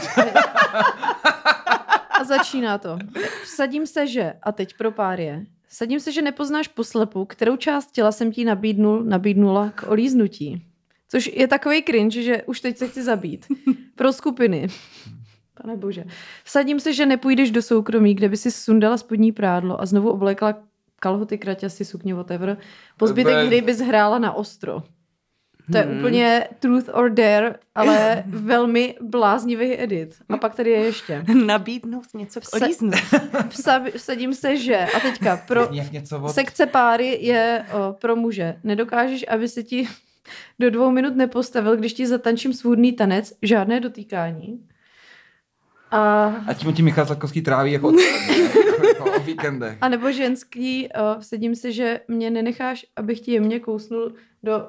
A začíná to. Vsadím se, že... A teď pro pár je... Vsadím se, že nepoznáš poslepu, kterou část těla jsem ti nabídnula k olíznutí. Což je takovej cringe, že už teď se chci zabít. Pro skupiny. Pane bože. Vsadím se, že nepůjdeš do soukromí, kde by si sundala spodní prádlo a znovu oblékla kalhoty, kraťasy, sukně, whatever. Po zbytek hry bys hrála na ostro. To je úplně truth or dare, ale velmi bláznivý edit. A pak tady je ještě. Nabídnout něco k olíznu. Vsadím se, že... A teďka, pro sekce páry je pro muže. Nedokážeš, aby se ti do 2 minut nepostavil, když ti zatančím svůdný tanec, žádné dotýkání. A tím Michal Zlatkovský tráví jako o víkendech. A nebo ženský, vsadím se, že mě nenecháš, abych ti jemně kousnul do...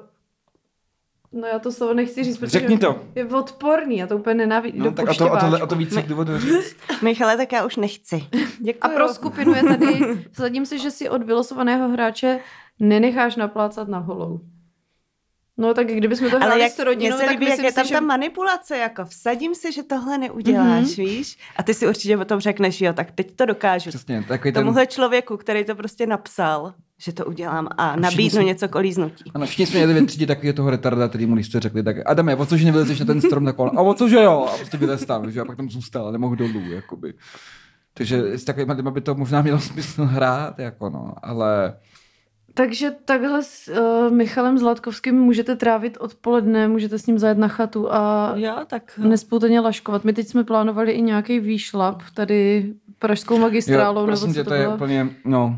No já to slovo nechci říct, protože řekni to. Je odporný, já to úplně nenávidím. No tak o to víc důvodů říct. Michale, tak já už nechci. Děkuju. A pro skupinu je tady, vsadím se, že si od vylosovaného hráče nenecháš naplácat na holou. No tak kdybychom to hráli s rodinou, tak líbí, jak je tam ta manipulace, jako vsadím si, že tohle neuděláš, víš? A ty si určitě o tom řekneš, jo, tak teď to dokážu. Přesně, tomuhle člověku, který to prostě napsal, že to udělám a nabídnu něco k olíznutí. Ano, všichni jsme měli ve třídě takového toho retarda, kterýmu když jste řekli, tak Adame, o cože nevylezeš na ten strom takový, a o cože jo, a prostě vylez tam, že a pak tam zůstal a nemohl dolů, jakoby. Takže s takovými lidmi by to možná mělo smysl hrát, jako no, ale... Takže takhle s Michalem Zlatkovským můžete trávit odpoledne, můžete s ním zajet na chatu a nespoutaně laškovat. My teď jsme plánovali i nějaký výšlap tady pražskou magistrálou. Jo, prosím nebo co to je úplně, no.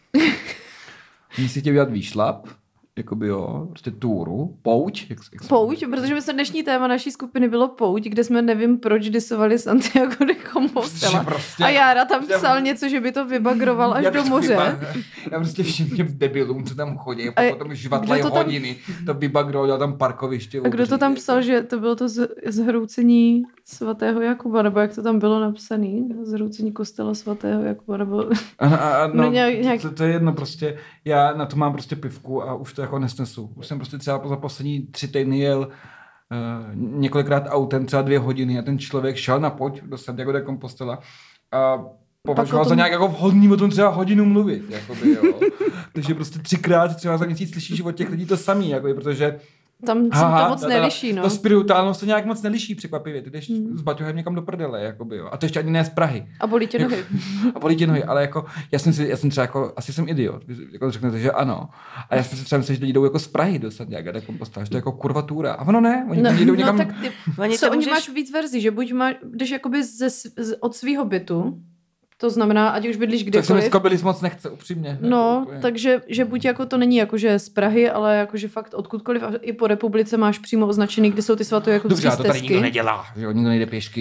Oni si chtějí udělat výšlap, jakoby jo, prostě túru, pouť. Pouť, protože dnešní téma naší skupiny bylo pouť, kde jsme nevím proč disovali Santiago de Compostela. Prostě, a Jára tam psal něco, že by to vybagroval až do moře. Já prostě všem těm debilům, co tam chodí, a potom žvatlají hodiny, to vybagroval, dělal tam parkoviště. A kdo to tam psal, že to bylo to zhroucení svatého Jakuba, nebo jak to tam bylo napsaný? Zhroucení kostela svatého Jakuba, nebo... No, to je jedno, prostě já na to mám prostě pivku a už to jako nesnesu. Už jsem prostě třeba za poslední 3 týdny jel několikrát autem, třeba 2 hodiny a ten člověk šel na poď do Santiago de Compostela a považoval za nějak jako vhodný o tom třeba hodinu mluvit. Jakoby, jo. Takže prostě 3krát třeba za měsíc slyšíš od těch lidí to samý, jakoby, protože tam to moc neliší, no. To spirituálnost se nějak moc neliší překvapivě. Ty jdeš s baťohem někam do prdele, jakoby, jo. A to ještě ani ne z Prahy. A bolí tě nohy. A bolí tě nohy, ale jako, já jsem třeba jako, asi jsem idiot, jako řeknete, že ano. A já jsem si třeba myslel, že lidi jdou jako z Prahy do Santiago de Compostela, že to je jako kurvatura. A ono ne, oni jdou někam... No, tak oni máš víc verzí, že buď jdeš jakoby od svýho bytu, to znamená, ať už bydlíš kdekoliv. Tak se mi skobilis moc nechce, upřímně. No, takže že buď jako to není jako, že z Prahy, ale jakože fakt odkudkoliv a i po republice máš přímo označený, kde jsou ty svatojakovské stezky. Dobře, to tady nikdo nedělá, že nikdo nejde pěšky.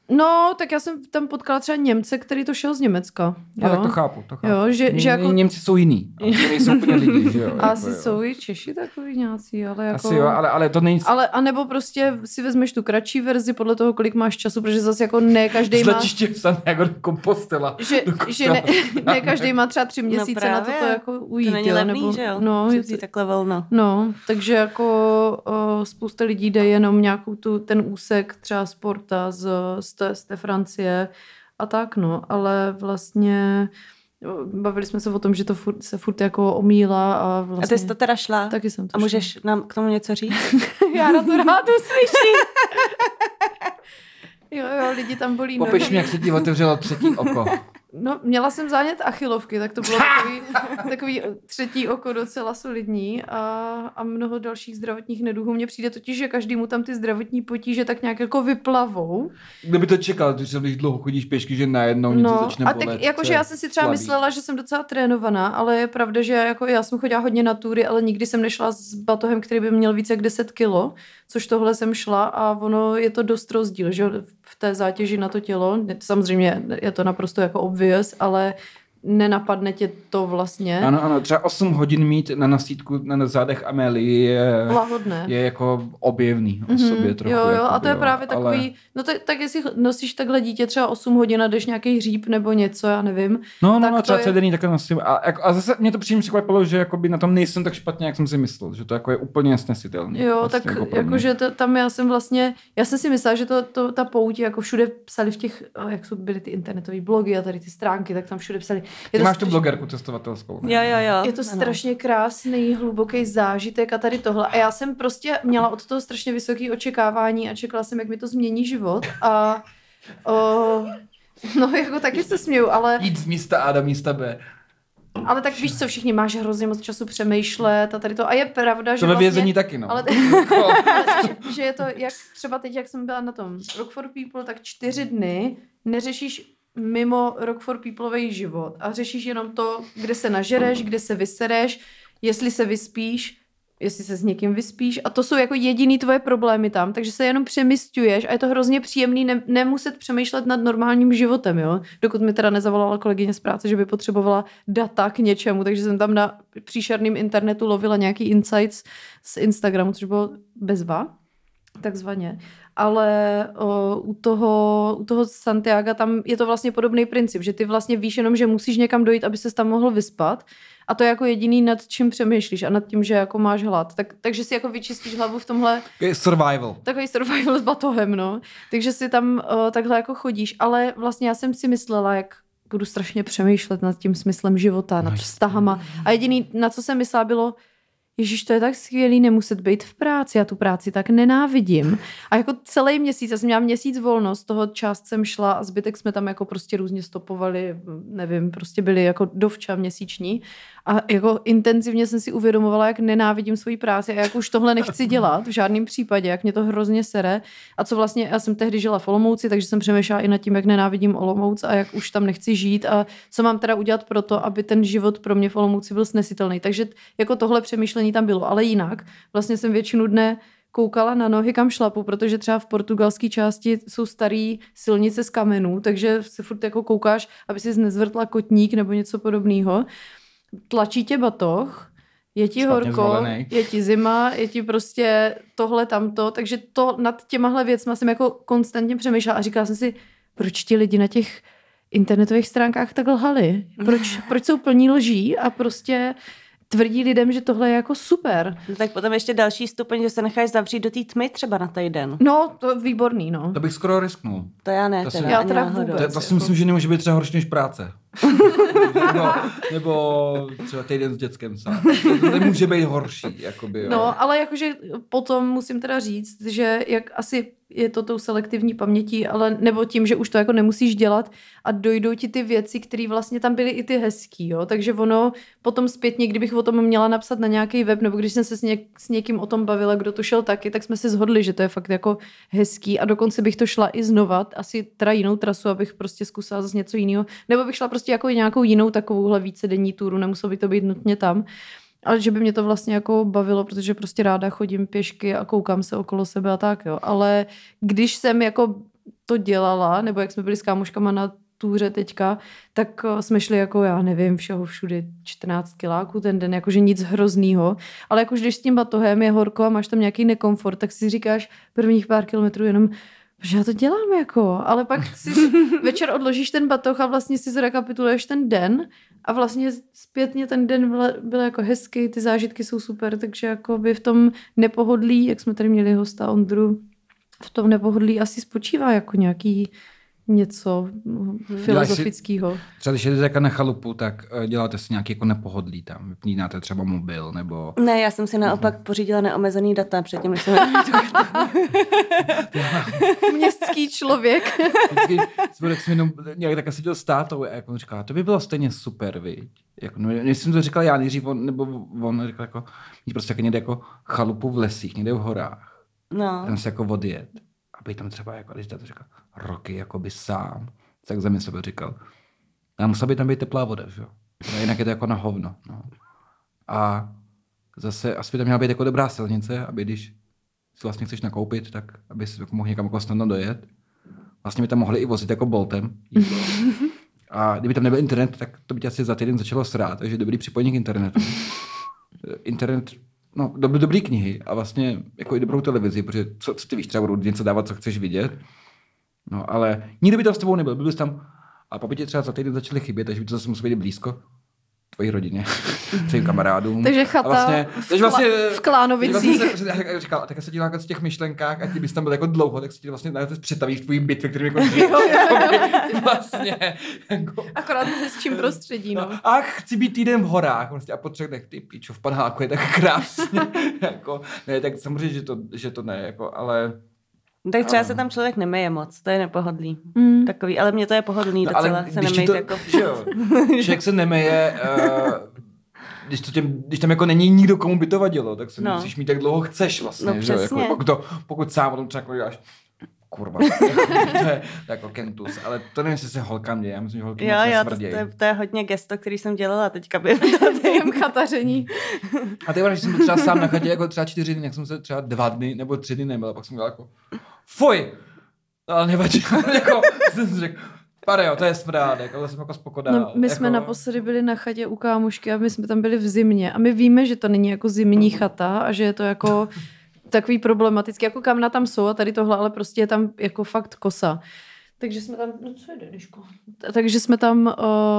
No, tak já jsem tam potkala třeba Němce, který to šel z Německa. Jo? Tak to chápu. Jo, že jako... Němci jsou jiný. Nejsou úplně lidi, že jo? Asi jako, jsou i Češi takový nějací, ale jako... Asi jo, ale to není... A nebo prostě si vezmeš tu kratší verzi podle toho, kolik máš času, protože zase jako ne každý má... Zletiště psané jako do kompostela. Že ne každý má třeba 3 měsíce na to jako ujít. To není levný, že jo? No, takhle volno. No, takže jako spousta lidí jde jenom nějakou ten úsek třeba sporta z té Francie a tak, no, ale vlastně bavili jsme se o tom, že to se furt jako omílá a vlastně... A ty jsi to teda šla? Taky jsem to šla. A můžeš nám k tomu něco říct? Já na to rád uslyším. Jo, lidi tam bolí nohy. Popiš mi, jak se ti otevřelo třetí oko. No, měla jsem zánět achilovky, tak to bylo takový třetí oko docela solidní a mnoho dalších zdravotních neduhů. Mně přijde totiž, že každému tam ty zdravotní potíže tak nějak jako vyplavou. Kdo by to čekal, když dlouho chodíš pěšky, že najednou něco začne bolet. A tak jakože já jsem si třeba myslela, že jsem docela trénovaná, ale je pravda, že jako já jsem chodila hodně na túry, ale nikdy jsem nešla s batohem, který by měl více jak 10 kilo, což tohle jsem šla a ono je to dost rozdíl, že v té zátěži na to tělo. Samozřejmě je to naprosto jako obvious, ale nenapadne tě to vlastně. Ano, třeba 8 hodin mít na nosítku na zádech Amélie je jako objevný o sobě trochu. Jo, a to je právě takový, ale... no tak jestli nosíš takhle dítě třeba 8 hodin a jdeš nějaký hříp nebo něco, já nevím. No, třeba celý den takhle nosím. A zase mě to přímě překvapilo, že jakoby na tom nejsem tak špatně, jak jsem si myslel, že to jako je úplně nesnesitelné. Jo, vlastně tak jakože tam já jsem si myslela, že ta pouť, jako všude psali v těch, jak jsou byly ty internetové blogy a tady ty stránky, tak tam všude psali. Ty máš tu blogerku cestovatelskou. Ne? Jo. Je to strašně krásný, hluboký zážitek a tady tohle. A já jsem prostě měla od toho strašně vysoké očekávání a čekala jsem, jak mi to změní život. A no jako taky se směju, ale... Jít z místa A do místa B. Ale tak víš co, všichni máš hrozně moc času přemýšlet a tady to. A je pravda, že to ve vězení taky, no. Ale že je to, jak třeba teď, jak jsem byla na tom Rock for People, tak 4 dny neřešíš mimo Rock for Peopleový život a řešíš jenom to, kde se nažereš, kde se vysereš, jestli se vyspíš, jestli se s někým vyspíš a to jsou jako jediný tvoje problémy tam, takže se jenom přemysťuješ a je to hrozně příjemný nemuset přemýšlet nad normálním životem, jo. Dokud mi teda nezavolala kolegyně z práce, že by potřebovala data k něčemu, takže jsem tam na příšerným internetu lovila nějaký insights z Instagramu, což bylo bezva, takzvaně. Ale u toho Santiaga tam je to vlastně podobný princip, že ty vlastně víš jenom, že musíš někam dojít, aby ses tam mohl vyspat a to je jako jediný, nad čím přemýšlíš a nad tím, že jako máš hlad. Takže si jako vyčistíš hlavu v tomhle... Survival. Takový survival s batohem, no. Takže si tam takhle jako chodíš, ale vlastně já jsem si myslela, jak budu strašně přemýšlet nad tím smyslem života, nad vztahama a jediný, na co jsem myslela, bylo Ježíš, to je tak skvělý nemuset být v práci, já tu práci tak nenávidím. A jako celý měsíc, já jsem měla měsíc volno, z toho část jsem šla a zbytek jsme tam jako prostě různě stopovali, nevím, prostě byli jako dovča měsíční. A jako intenzivně jsem si uvědomovala, jak nenávidím svoji práci a jak už tohle nechci dělat v žádném případě, jak mě to hrozně sere. A co vlastně, já jsem tehdy žila v Olomouci, takže jsem přemýšlela i nad tím, jak nenávidím Olomouc a jak už tam nechci žít a co mám teda udělat pro to, aby ten život pro mě v Olomouci byl snesitelný. Takže jako tohle přemýšlení tam bylo, ale jinak vlastně jsem většinu dne koukala na nohy, kam šlapu, protože třeba v portugalské části jsou staré silnice z kamenů, takže se furt jako koukáš, aby si nezvrtla kotník nebo něco podobného. Tlačí tě batoh, je ti horko, zvolený. Je ti zima, je ti prostě tohle, tamto, takže to nad těmahle věcma jsem jako konstantně přemýšlela a říkala jsem si, proč ti lidi na těch internetových stránkách tak lhali? Proč jsou plní lží a prostě tvrdí lidem, že tohle je jako super. No, tak potom ještě další stupeň, že se necháš zavřít do té tmy třeba na týden. No, to je výborný, no. To bych skoro risknul. To já ne, já teda vůbec. To si myslím, že nemůže být třeba horší než práce. nebo třeba týden s dětskem sám. To nemůže být horší. Jakoby, jo. No, ale jakože potom musím teda říct, že jak asi je to tou selektivní pamětí, ale nebo tím, že už to jako nemusíš dělat a dojdou ti ty věci, které vlastně tam byly i ty hezký, jo. Takže ono potom zpětně, kdybych o tom měla napsat na nějaký web, nebo když jsem se s někým o tom bavila, kdo to šel taky, tak jsme si shodli, že to je fakt jako hezký a dokonce bych to šla i znova, asi teda jinou trasu, abych prostě zkusila zase něco jiného, nebo bych šla prostě jako nějakou jinou takovouhle vícedenní túru, nemuselo by to být nutně tam. Ale že by mě to vlastně jako bavilo, protože prostě ráda chodím pěšky a koukám se okolo sebe a tak, jo. Ale když jsem jako to dělala, nebo jak jsme byli s kámoškama na túře teďka, tak jsme šli jako, já nevím, všeho všude 14 kiláků ten den, jakože nic hroznýho, ale jako když s tím batohem je horko a máš tam nějaký nekomfort, tak si říkáš prvních pár kilometrů jenom, že já to dělám jako, ale pak si večer odložíš ten batoh a vlastně si zrekapituluješ ten den a vlastně zpětně ten den byl jako hezký, ty zážitky jsou super, takže jako by v tom nepohodlí, jak jsme tady měli hosta Ondru, v tom nepohodlí asi spočívá jako nějaký něco filozofického. Třeba když jdete na chalupu, tak děláte si nějaký jako nepohodlí tam, vypínáte třeba mobil, nebo... Ne, já jsem si naopak pořídila neomezený data předtím, než jsem Městský člověk. Vždycky jsme jenom nějak tak seděl s tátou a jak on říkal, to by bylo stejně super, viď? Jako, no, jsem to říkal já nejdřív, on říkal jako, mít prostě někde jako chalupu v lesích, někde v horách. No. Tam se jako odjet. A být tam třeba, jako, když to říkal, roky jakoby sám. Tak za mě sebe říkal. A musela by tam být teplá voda, že jo? No, jinak je to jako na hovno. No. A zase asi by tam měla být jako dobrá silnice, aby když si vlastně chceš nakoupit, tak aby si jako mohl někam jako snadno dojet. Vlastně by tam mohli i vozit jako Boltem. A kdyby tam nebyl internet, tak to by tě asi za týden začalo srát, takže dobrý připojení k internetu. Internet, no, dobrý knihy a vlastně jako i dobrou televizi, protože co ty víš, třeba budou něco dávat, co chceš vidět. No, ale nikdy by to s tebou nebyl, byl bys tam a pak by tě třeba za týden začaly chybět, takže by to zase muselo být blízko tvojí rodině, tvým kamarádům. Takže chata vlastně, v Klánovicích. Vlastně říkal, a tak se dělá v těch myšlenkách a ty bys tam byl jako dlouho, tak se ti vlastně přetavíš v tvůj byt, ve kterém jako žiješ. Vlastně. Jako... Akorát s čím prostředí, no. Ach, chci být týden v horách. Vlastně, a po 3 dnech, ty píčo, v paneláku je tak krásně. Jako, ne, tak samozřejmě, že to ne, jako, ale... Tak třeba se tam člověk nemeje moc, to je nepohodlný. Takový, ale mně to je pohodlný docela se nemejt jako... Člověk se nemeje, když tam jako není nikdo, komu by to vadilo, tak se musíš mít tak dlouho chceš vlastně, no, že jako, pokud sám o tom třeba děláš, kurva, to je jako kentus, ale to nevím, jestli se holkám děje, já myslím, že holky moc nesmrdějí. To je hodně gesto, který jsem dělala teďka. Během chataření. A teď, když jsem byl třeba sám na chatě jako třeba 4 dny, jak jsem se třeba 2 dny nebo 3 dny nebyl, pak jsem dělal jako fuj, ale nevadí, jako jsem si řekl, Parejo, to je smrádek, ale jsem jako spokojená. No, my jsme naposledy byli na chatě u kámošky a my jsme tam byli v zimě a my víme, že to není jako zimní chata a že je to jako takový problematický, jako kamna tam jsou a tady tohle, ale prostě je tam jako fakt kosa. Takže jsme tam, no co je Deniško? Takže jsme tam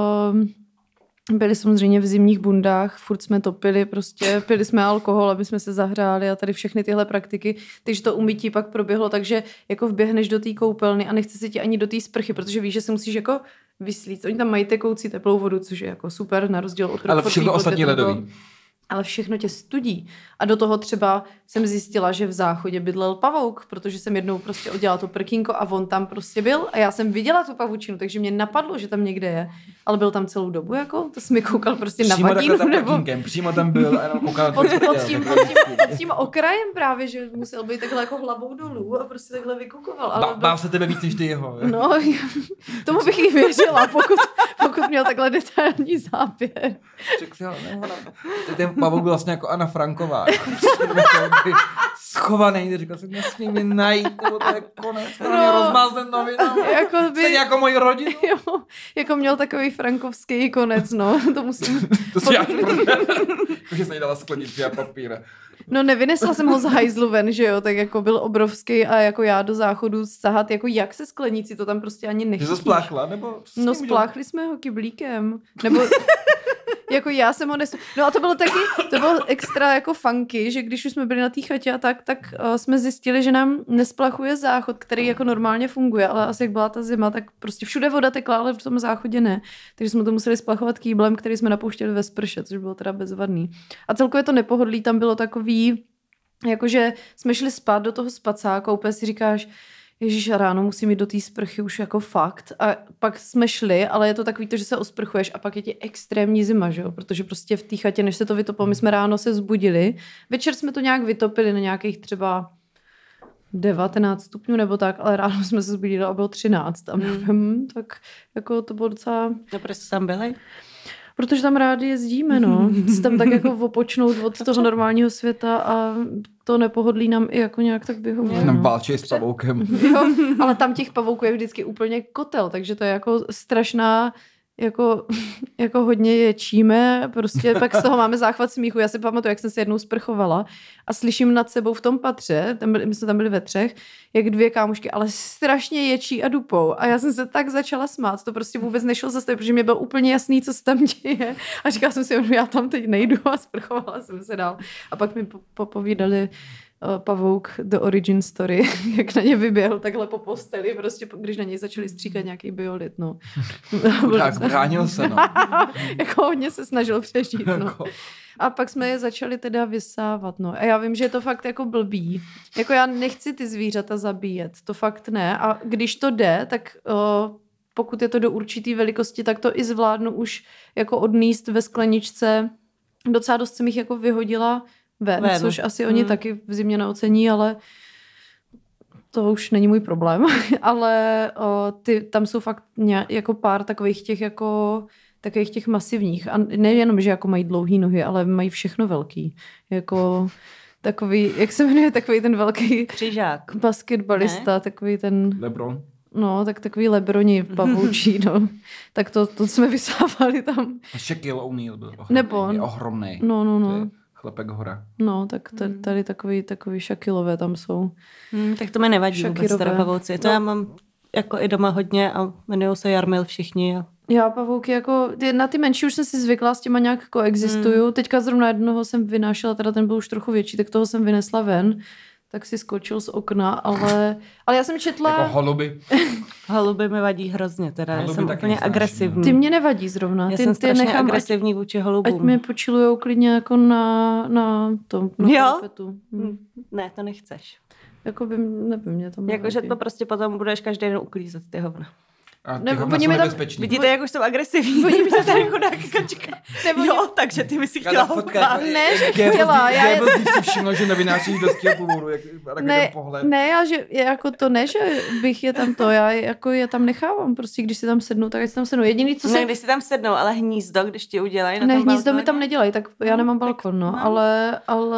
byli samozřejmě v zimních bundách, furt jsme topili, prostě pili jsme alkohol, aby jsme se zahřáli a tady všechny tyhle praktiky, takže to umytí pak proběhlo, takže jako vběhneš do té koupelny a nechce se ti ani do té sprchy, protože víš, že se musíš jako vyslít. Oni tam mají tekoucí teplou vodu, což je jako super, na rozdíl od ale všechno ostatní ledový. Ale všechno tě studí. A do toho třeba jsem zjistila, že v záchodě bydlel pavouk, protože jsem jednou prostě oddělala to prkínko a on tam prostě byl a já jsem viděla tu pavučinu, takže mě napadlo, že tam někde je. Ale byl tam celou dobu, jako? To jsi mi koukal prostě přímo na vagínu, nebo... Přímo tam byl a jenom koukal pod tím okrajem právě, že musel být takhle jako hlavou dolů a prostě takhle vykukoval. Ale bál se tebe víc než ty jeho. Je? No, tomu bych i věřila, pokud měl takhle detailní záběr. Ten pavouk byl vlastně jako Anna Franková. Schovaný, říkal jsem, nesmí mě najít, nebo to je konec, to mě rozmázne novinám. Stejně jako moji rodinu. Jo, jako měl takový frankovský konec, no. To musím... to si já že se jí dala skleničky a papír. No nevynesla jsem ho z hajzlu ven, že jo, tak jako byl obrovský a jako já do záchodu sahat, jako jak se sklenici, to tam prostě ani nechytíš. Že to spláchla, nebo? No spláchli jsme ho kyblíkem, nebo... Jako já jsem ho No a to bylo extra jako funky, že když už jsme byli na té chatě a tak jsme zjistili, že nám nesplachuje záchod, který jako normálně funguje, ale asi jak byla ta zima, tak prostě všude voda tekla, ale v tom záchodě ne. Takže jsme to museli splachovat kýblem, který jsme napouštěli ve sprše, což bylo teda bezvadný. A celkově to nepohodlí tam bylo takový, jakože jsme šli spát do toho spacáku a úplně si říkáš, Ježíš, a ráno musím jít do té sprchy už jako fakt. A pak jsme šli, ale je to takový to, že se osprchuješ a pak je ti extrémní zima, že jo? Protože prostě v té chatě, než se to vytopilo, my jsme ráno se vzbudili. Večer jsme to nějak vytopili na nějakých třeba 19 stupňů nebo tak, ale ráno jsme se vzbudili a bylo 13. A tak jako to bylo docela... No prostě tam byli? Protože tam rádi jezdíme, no. Se tam tak jako opočnout od toho normálního světa a to nepohodlí nám i jako nějak tak vyhovuje. Nám válčí s pavoukem. Jo, ale tam těch pavouků je vždycky úplně kotel, takže to je jako strašná, jako hodně ječíme, prostě pak z toho máme záchvat smíchu. Já si pamatuju, jak jsem se jednou sprchovala a slyším nad sebou v tom patře, my jsme tam byli ve 3, jak 2 kámošky, ale strašně ječí a dupou. A já jsem se tak začala smát, to prostě vůbec nešlo zastavit, protože mě bylo úplně jasný, co se tam děje. A říkala jsem si, já tam teď nejdu a sprchovala jsem se dál. A pak mi povídali pavouk The Origin Story, jak na ně vyběhl takhle po posteli, prostě když na něj začali stříkat nějaký biolit, no. Tak bránil se, no. Jako hodně se snažil přežít, no. A pak jsme je začali teda vysávat, no. A já vím, že je to fakt jako blbý. Jako já nechci ty zvířata zabíjet, to fakt ne. A když to jde, tak pokud je to do určitý velikosti, tak to i zvládnu už jako odníst ve skleničce. Docela dost jsem jich jako vyhodila ven. Což asi oni taky v zimě neocení, ale to už není můj problém. Ale tam jsou fakt jako pár takových těch masivních. A nejenom, že jako mají dlouhý nohy, ale mají všechno velký. Jako takový, jak se jmenuje, takový ten velký křižák. Basketbalista, ne? Takový ten... LeBron. No, tak takový Lebroni pavoučí, no. Tak to jsme vysávali tam. Shaquille O'Neal byl ohromný. No. Chlepek hora. No, tak tady takový Shaquillové tam jsou. Tak to mi nevadí vůbec teda pavouci. To já mám jako i doma hodně a jmenujou se Jarmil všichni. Já pavouky jako, na ty menší už jsem si zvykla, s těma nějak koexistuju. Teďka zrovna jednoho jsem vynášela, teda ten byl už trochu větší, tak toho jsem vynesla ven. Tak si skočil z okna, ale já jsem četla... Jako holuby. Holuby mi vadí hrozně, teda. Já jsem úplně agresivní. Ty mě nevadí zrovna. Já jsem strašně agresivní vůči holubům. Ať mě počilujou klidně jako na jo? Ne, to nechceš. Jako by mě to nevadí. Jakože to prostě potom budeš každý den uklízet ty hovna. A ty hovna jsou nebezpečný. Vidíte, jak už jsem agresivní. Oni mi to tady chudák. Jo, takže ty by si chtěla houpát. Ne, že chtěla. Já si všimla, že nevynášíš dosti a původu. Ne, já že jako to ne, že bych je tam to, já jako je tam nechávám. Prostě když si tam sednu, tak si tam sednu. Jediný, co ne, když si tam sednou, ale hnízdo, když ti udělají na tom balkóně. Ne, hnízdo mi tam nedělají, tak já nemám balkon, no. Ale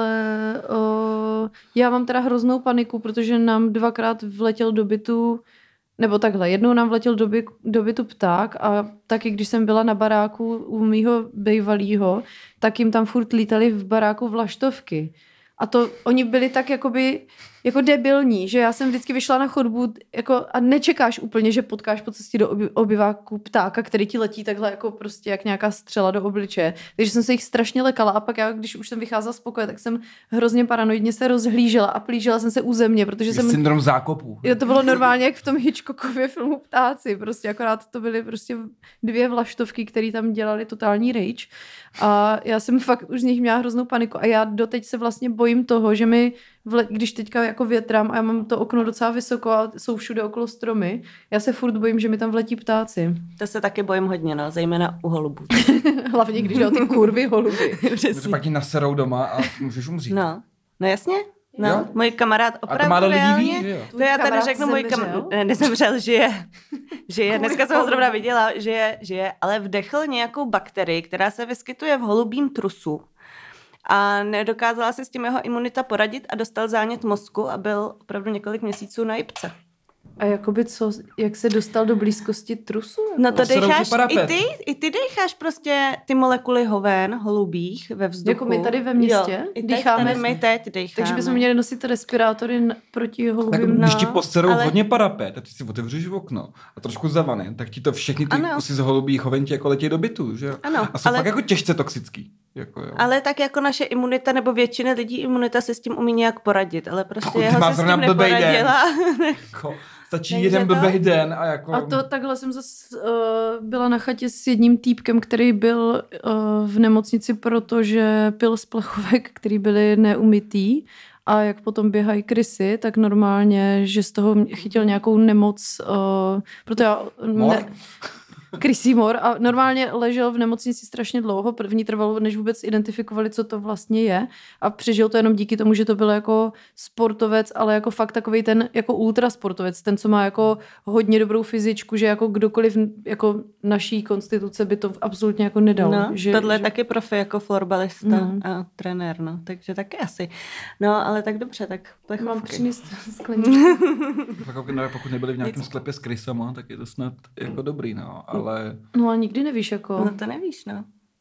já mám teda hroznou paniku, protože nám 2krát vletěl do bytu. Nebo takhle, jednou nám vletěl do bytu pták a taky, když jsem byla na baráku u mýho bejvalýho, tak jim tam furt lítali v baráku vlaštovky. A to oni byli tak jako debilní, že já jsem vždycky vyšla na chodbu jako, a nečekáš úplně, že potkáš po cestě do obyváku ptáka, který ti letí takhle jako prostě jak nějaká střela do obličeje. Takže jsem se jich strašně lekala a pak já, když už jsem vycházela z pokoje, tak jsem hrozně paranoidně se rozhlížela a plížila jsem se u země, protože jsem... Syndrom zákopů. Jo, to bylo normálně jak v tom Hitchcockově filmu Ptáci, prostě akorát to byly prostě 2 vlaštovky, které tam dělali totální rage a já jsem fakt už z nich měla hroznou paniku a já doteď se vlastně bojím toho, že mi když teďka jako větrám a já mám to okno docela vysoko a jsou všude okolo stromy, já se furt bojím, že mi tam vletí ptáci. To se taky bojím hodně, no, zejména u holubů. Hlavně, když jde o ty kurvy holuby. Protože pak ti naserou doma a můžeš umřít. No jasně. No, jo? Můj kamarád opravdu reálně. To já tady řeknu, můj kamarád nezemřel, žije. Dneska jsem ho zrovna viděla, žije, ale vdechl nějakou bakterii, která se vyskytuje v holubím trusu. A nedokázala si s tím jeho imunita poradit a dostal zánět mozku a byl opravdu několik měsíců na jipce. A jakoby jak se dostal do blízkosti trusu? No to decháš, i ty decháš prostě ty molekuly hoven, holubích ve vzduchu. Jako my tady ve městě dýcháme. My teď decháme. Takže bychom měli nosit respirátory proti holubím. Když ti posterou hodně parapet a ty si otevřeš okno a trošku zavane, tak ti to všechny ty kusy z holubích hoven ti jako letí do bytu, že? Ano, a jsou fakt jako těžce toxický. Jako, jo. Ale tak jako naše imunita nebo většina lidí imunita se s tím umí nějak poradit, ale prostě jeho se s tím neporadila. Stačí jeden blbej den a jako... A to takhle jsem zase byla na chatě s jedním týpkem, který byl v nemocnici, protože pil z plechovek, který byly neumytý a jak potom běhají krysy, tak normálně, že z toho chytil nějakou nemoc, proto já... Chris Seymour a normálně ležel v nemocnici strašně dlouho. První trvalo, než vůbec identifikovali, co to vlastně je. A přežil to jenom díky tomu, že to byl jako sportovec, ale jako fakt takovej ten jako ultrasportovec, ten, co má jako hodně dobrou fyzičku, že jako kdokoliv jako naší konstituce by to absolutně jako nedal. No, že, tohle je taky profi jako florbalista a trenér, no. Takže taky asi. No, ale tak dobře, tak plechovky. Mám přinést skleničku. Pokud nebyli v nějakém sklepě s krysama, tak je to snad jako dobrý, no, ale... No a nikdy nevíš, jako... No to nevíš, no.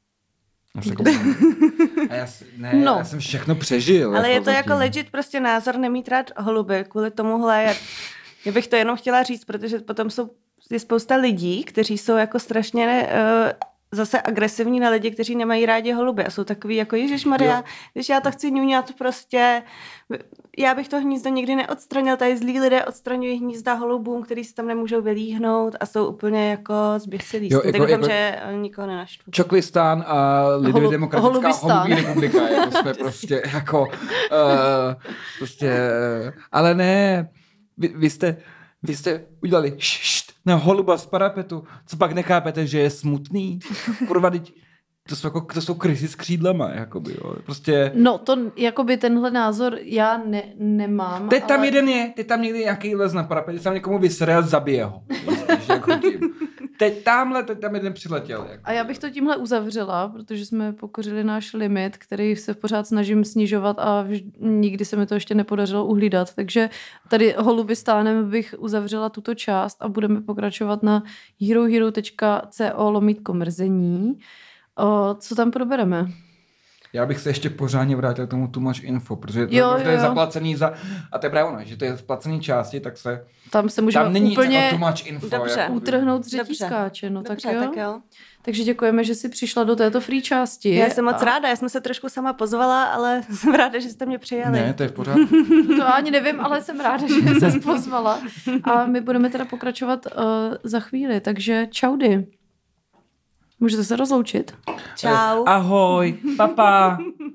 Já jsem všechno přežil. Ale je to zatím. Jako legit prostě názor nemít rád holuby. Kvůli tomuhle já bych to jenom chtěla říct, protože potom je spousta lidí, kteří jsou jako strašně zase agresivní na lidi, kteří nemají rádi holuby a jsou takový jako ježišmarja, když já to chci ňuňat prostě, já bych to hnízdo nikdy neodstranil, tady zlí lidé odstraňují hnízda holubům, který si tam nemůžou vylíhnout a jsou úplně jako zběsilí. Tak doufám, že nikoho nenaštvu. Čoklistán a Lidově-demokratická holubí republika, jako jsme prostě jako ale ne, vy jste udělali na holuba z parapetu, co pak nechápete, že je smutný? Kurva, to jsou krysy s křídlama, jakoby, jo. Prostě... No, to, jakoby tenhle názor já nemám. Teď tam jeden je, teď tam někdy nějaký les na parapetě, tam někomu vysere a zabije ho. Teď tam jeden přiletěl. Jako. A já bych to tímhle uzavřela, protože jsme pokořili náš limit, který se pořád snažím snižovat a nikdy se mi to ještě nepodařilo uhlídat. Takže tady holubistánem bych uzavřela tuto část a budeme pokračovat na herohero.co/mrzení. Co tam probereme? Já bych se ještě pořádně vrátil k tomu too much info, protože to je zaplacený a to je právě ono, že to je v placený části, tak se tam můžeme není úplně too much info, dobře, utrhnout z řetízkáče. No, dobře, tak jo. Takže děkujeme, že jsi přišla do této free části. Já jsem moc ráda, já jsem se trošku sama pozvala, ale jsem ráda, že jste mě přijali. Ne, to je v pořádku. To ani nevím, ale jsem ráda, že jsi pozvala. A my budeme teda pokračovat za chvíli, takže čaudy. Můžete se rozloučit? Čau. Ahoj, papa.